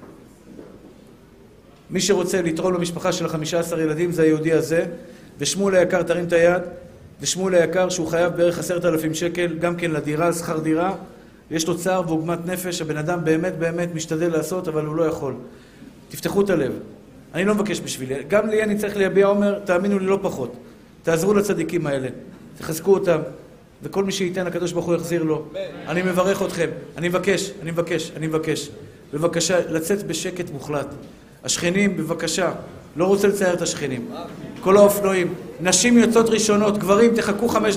מי שרוצה לתרום למשפחה של 15 ילדים זה היהודי הזה, ושמואל היקר תרים את היד, ושמואל היקר שהוא חייב בערך 10,000 שקל, גם כן לדירה, שכר דירה, יש לו צער ועוגמת נפש, הבן אדם באמת משתדל לעשות, אבל הוא לא יכול. תפתחו את הלב. אני לא מבקש בשבילי. גם לי אני צריך להביע עומר, תאמינו לי לא פחות. תעזרו לצדיקים האלה. תחזקו אותם. וכל מי שייתן, הקדוש ברוך הוא יחזיר לו. אני מברך אתכם. אני מבקש. בבקשה, לצאת בשקט מוחלט. השכנים, בבקשה. לא רוצה לצייר את השכנים. כל האופנועים. נשים יוצאות ראשונות. גברים, תחכו 5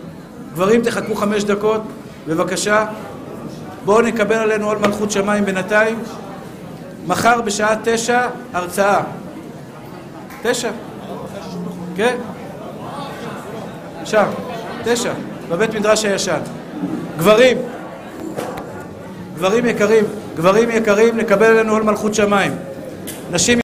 דקות. בבקשה. בואו נקבל עלינו על מלכות שמיים בינתיים. מחר בשעה 9 הרצאה. 9. כן? שם. 9. בבית מדרש הישן. גברים יקרים, נקבל עלינו על מלכות שמיים. נשים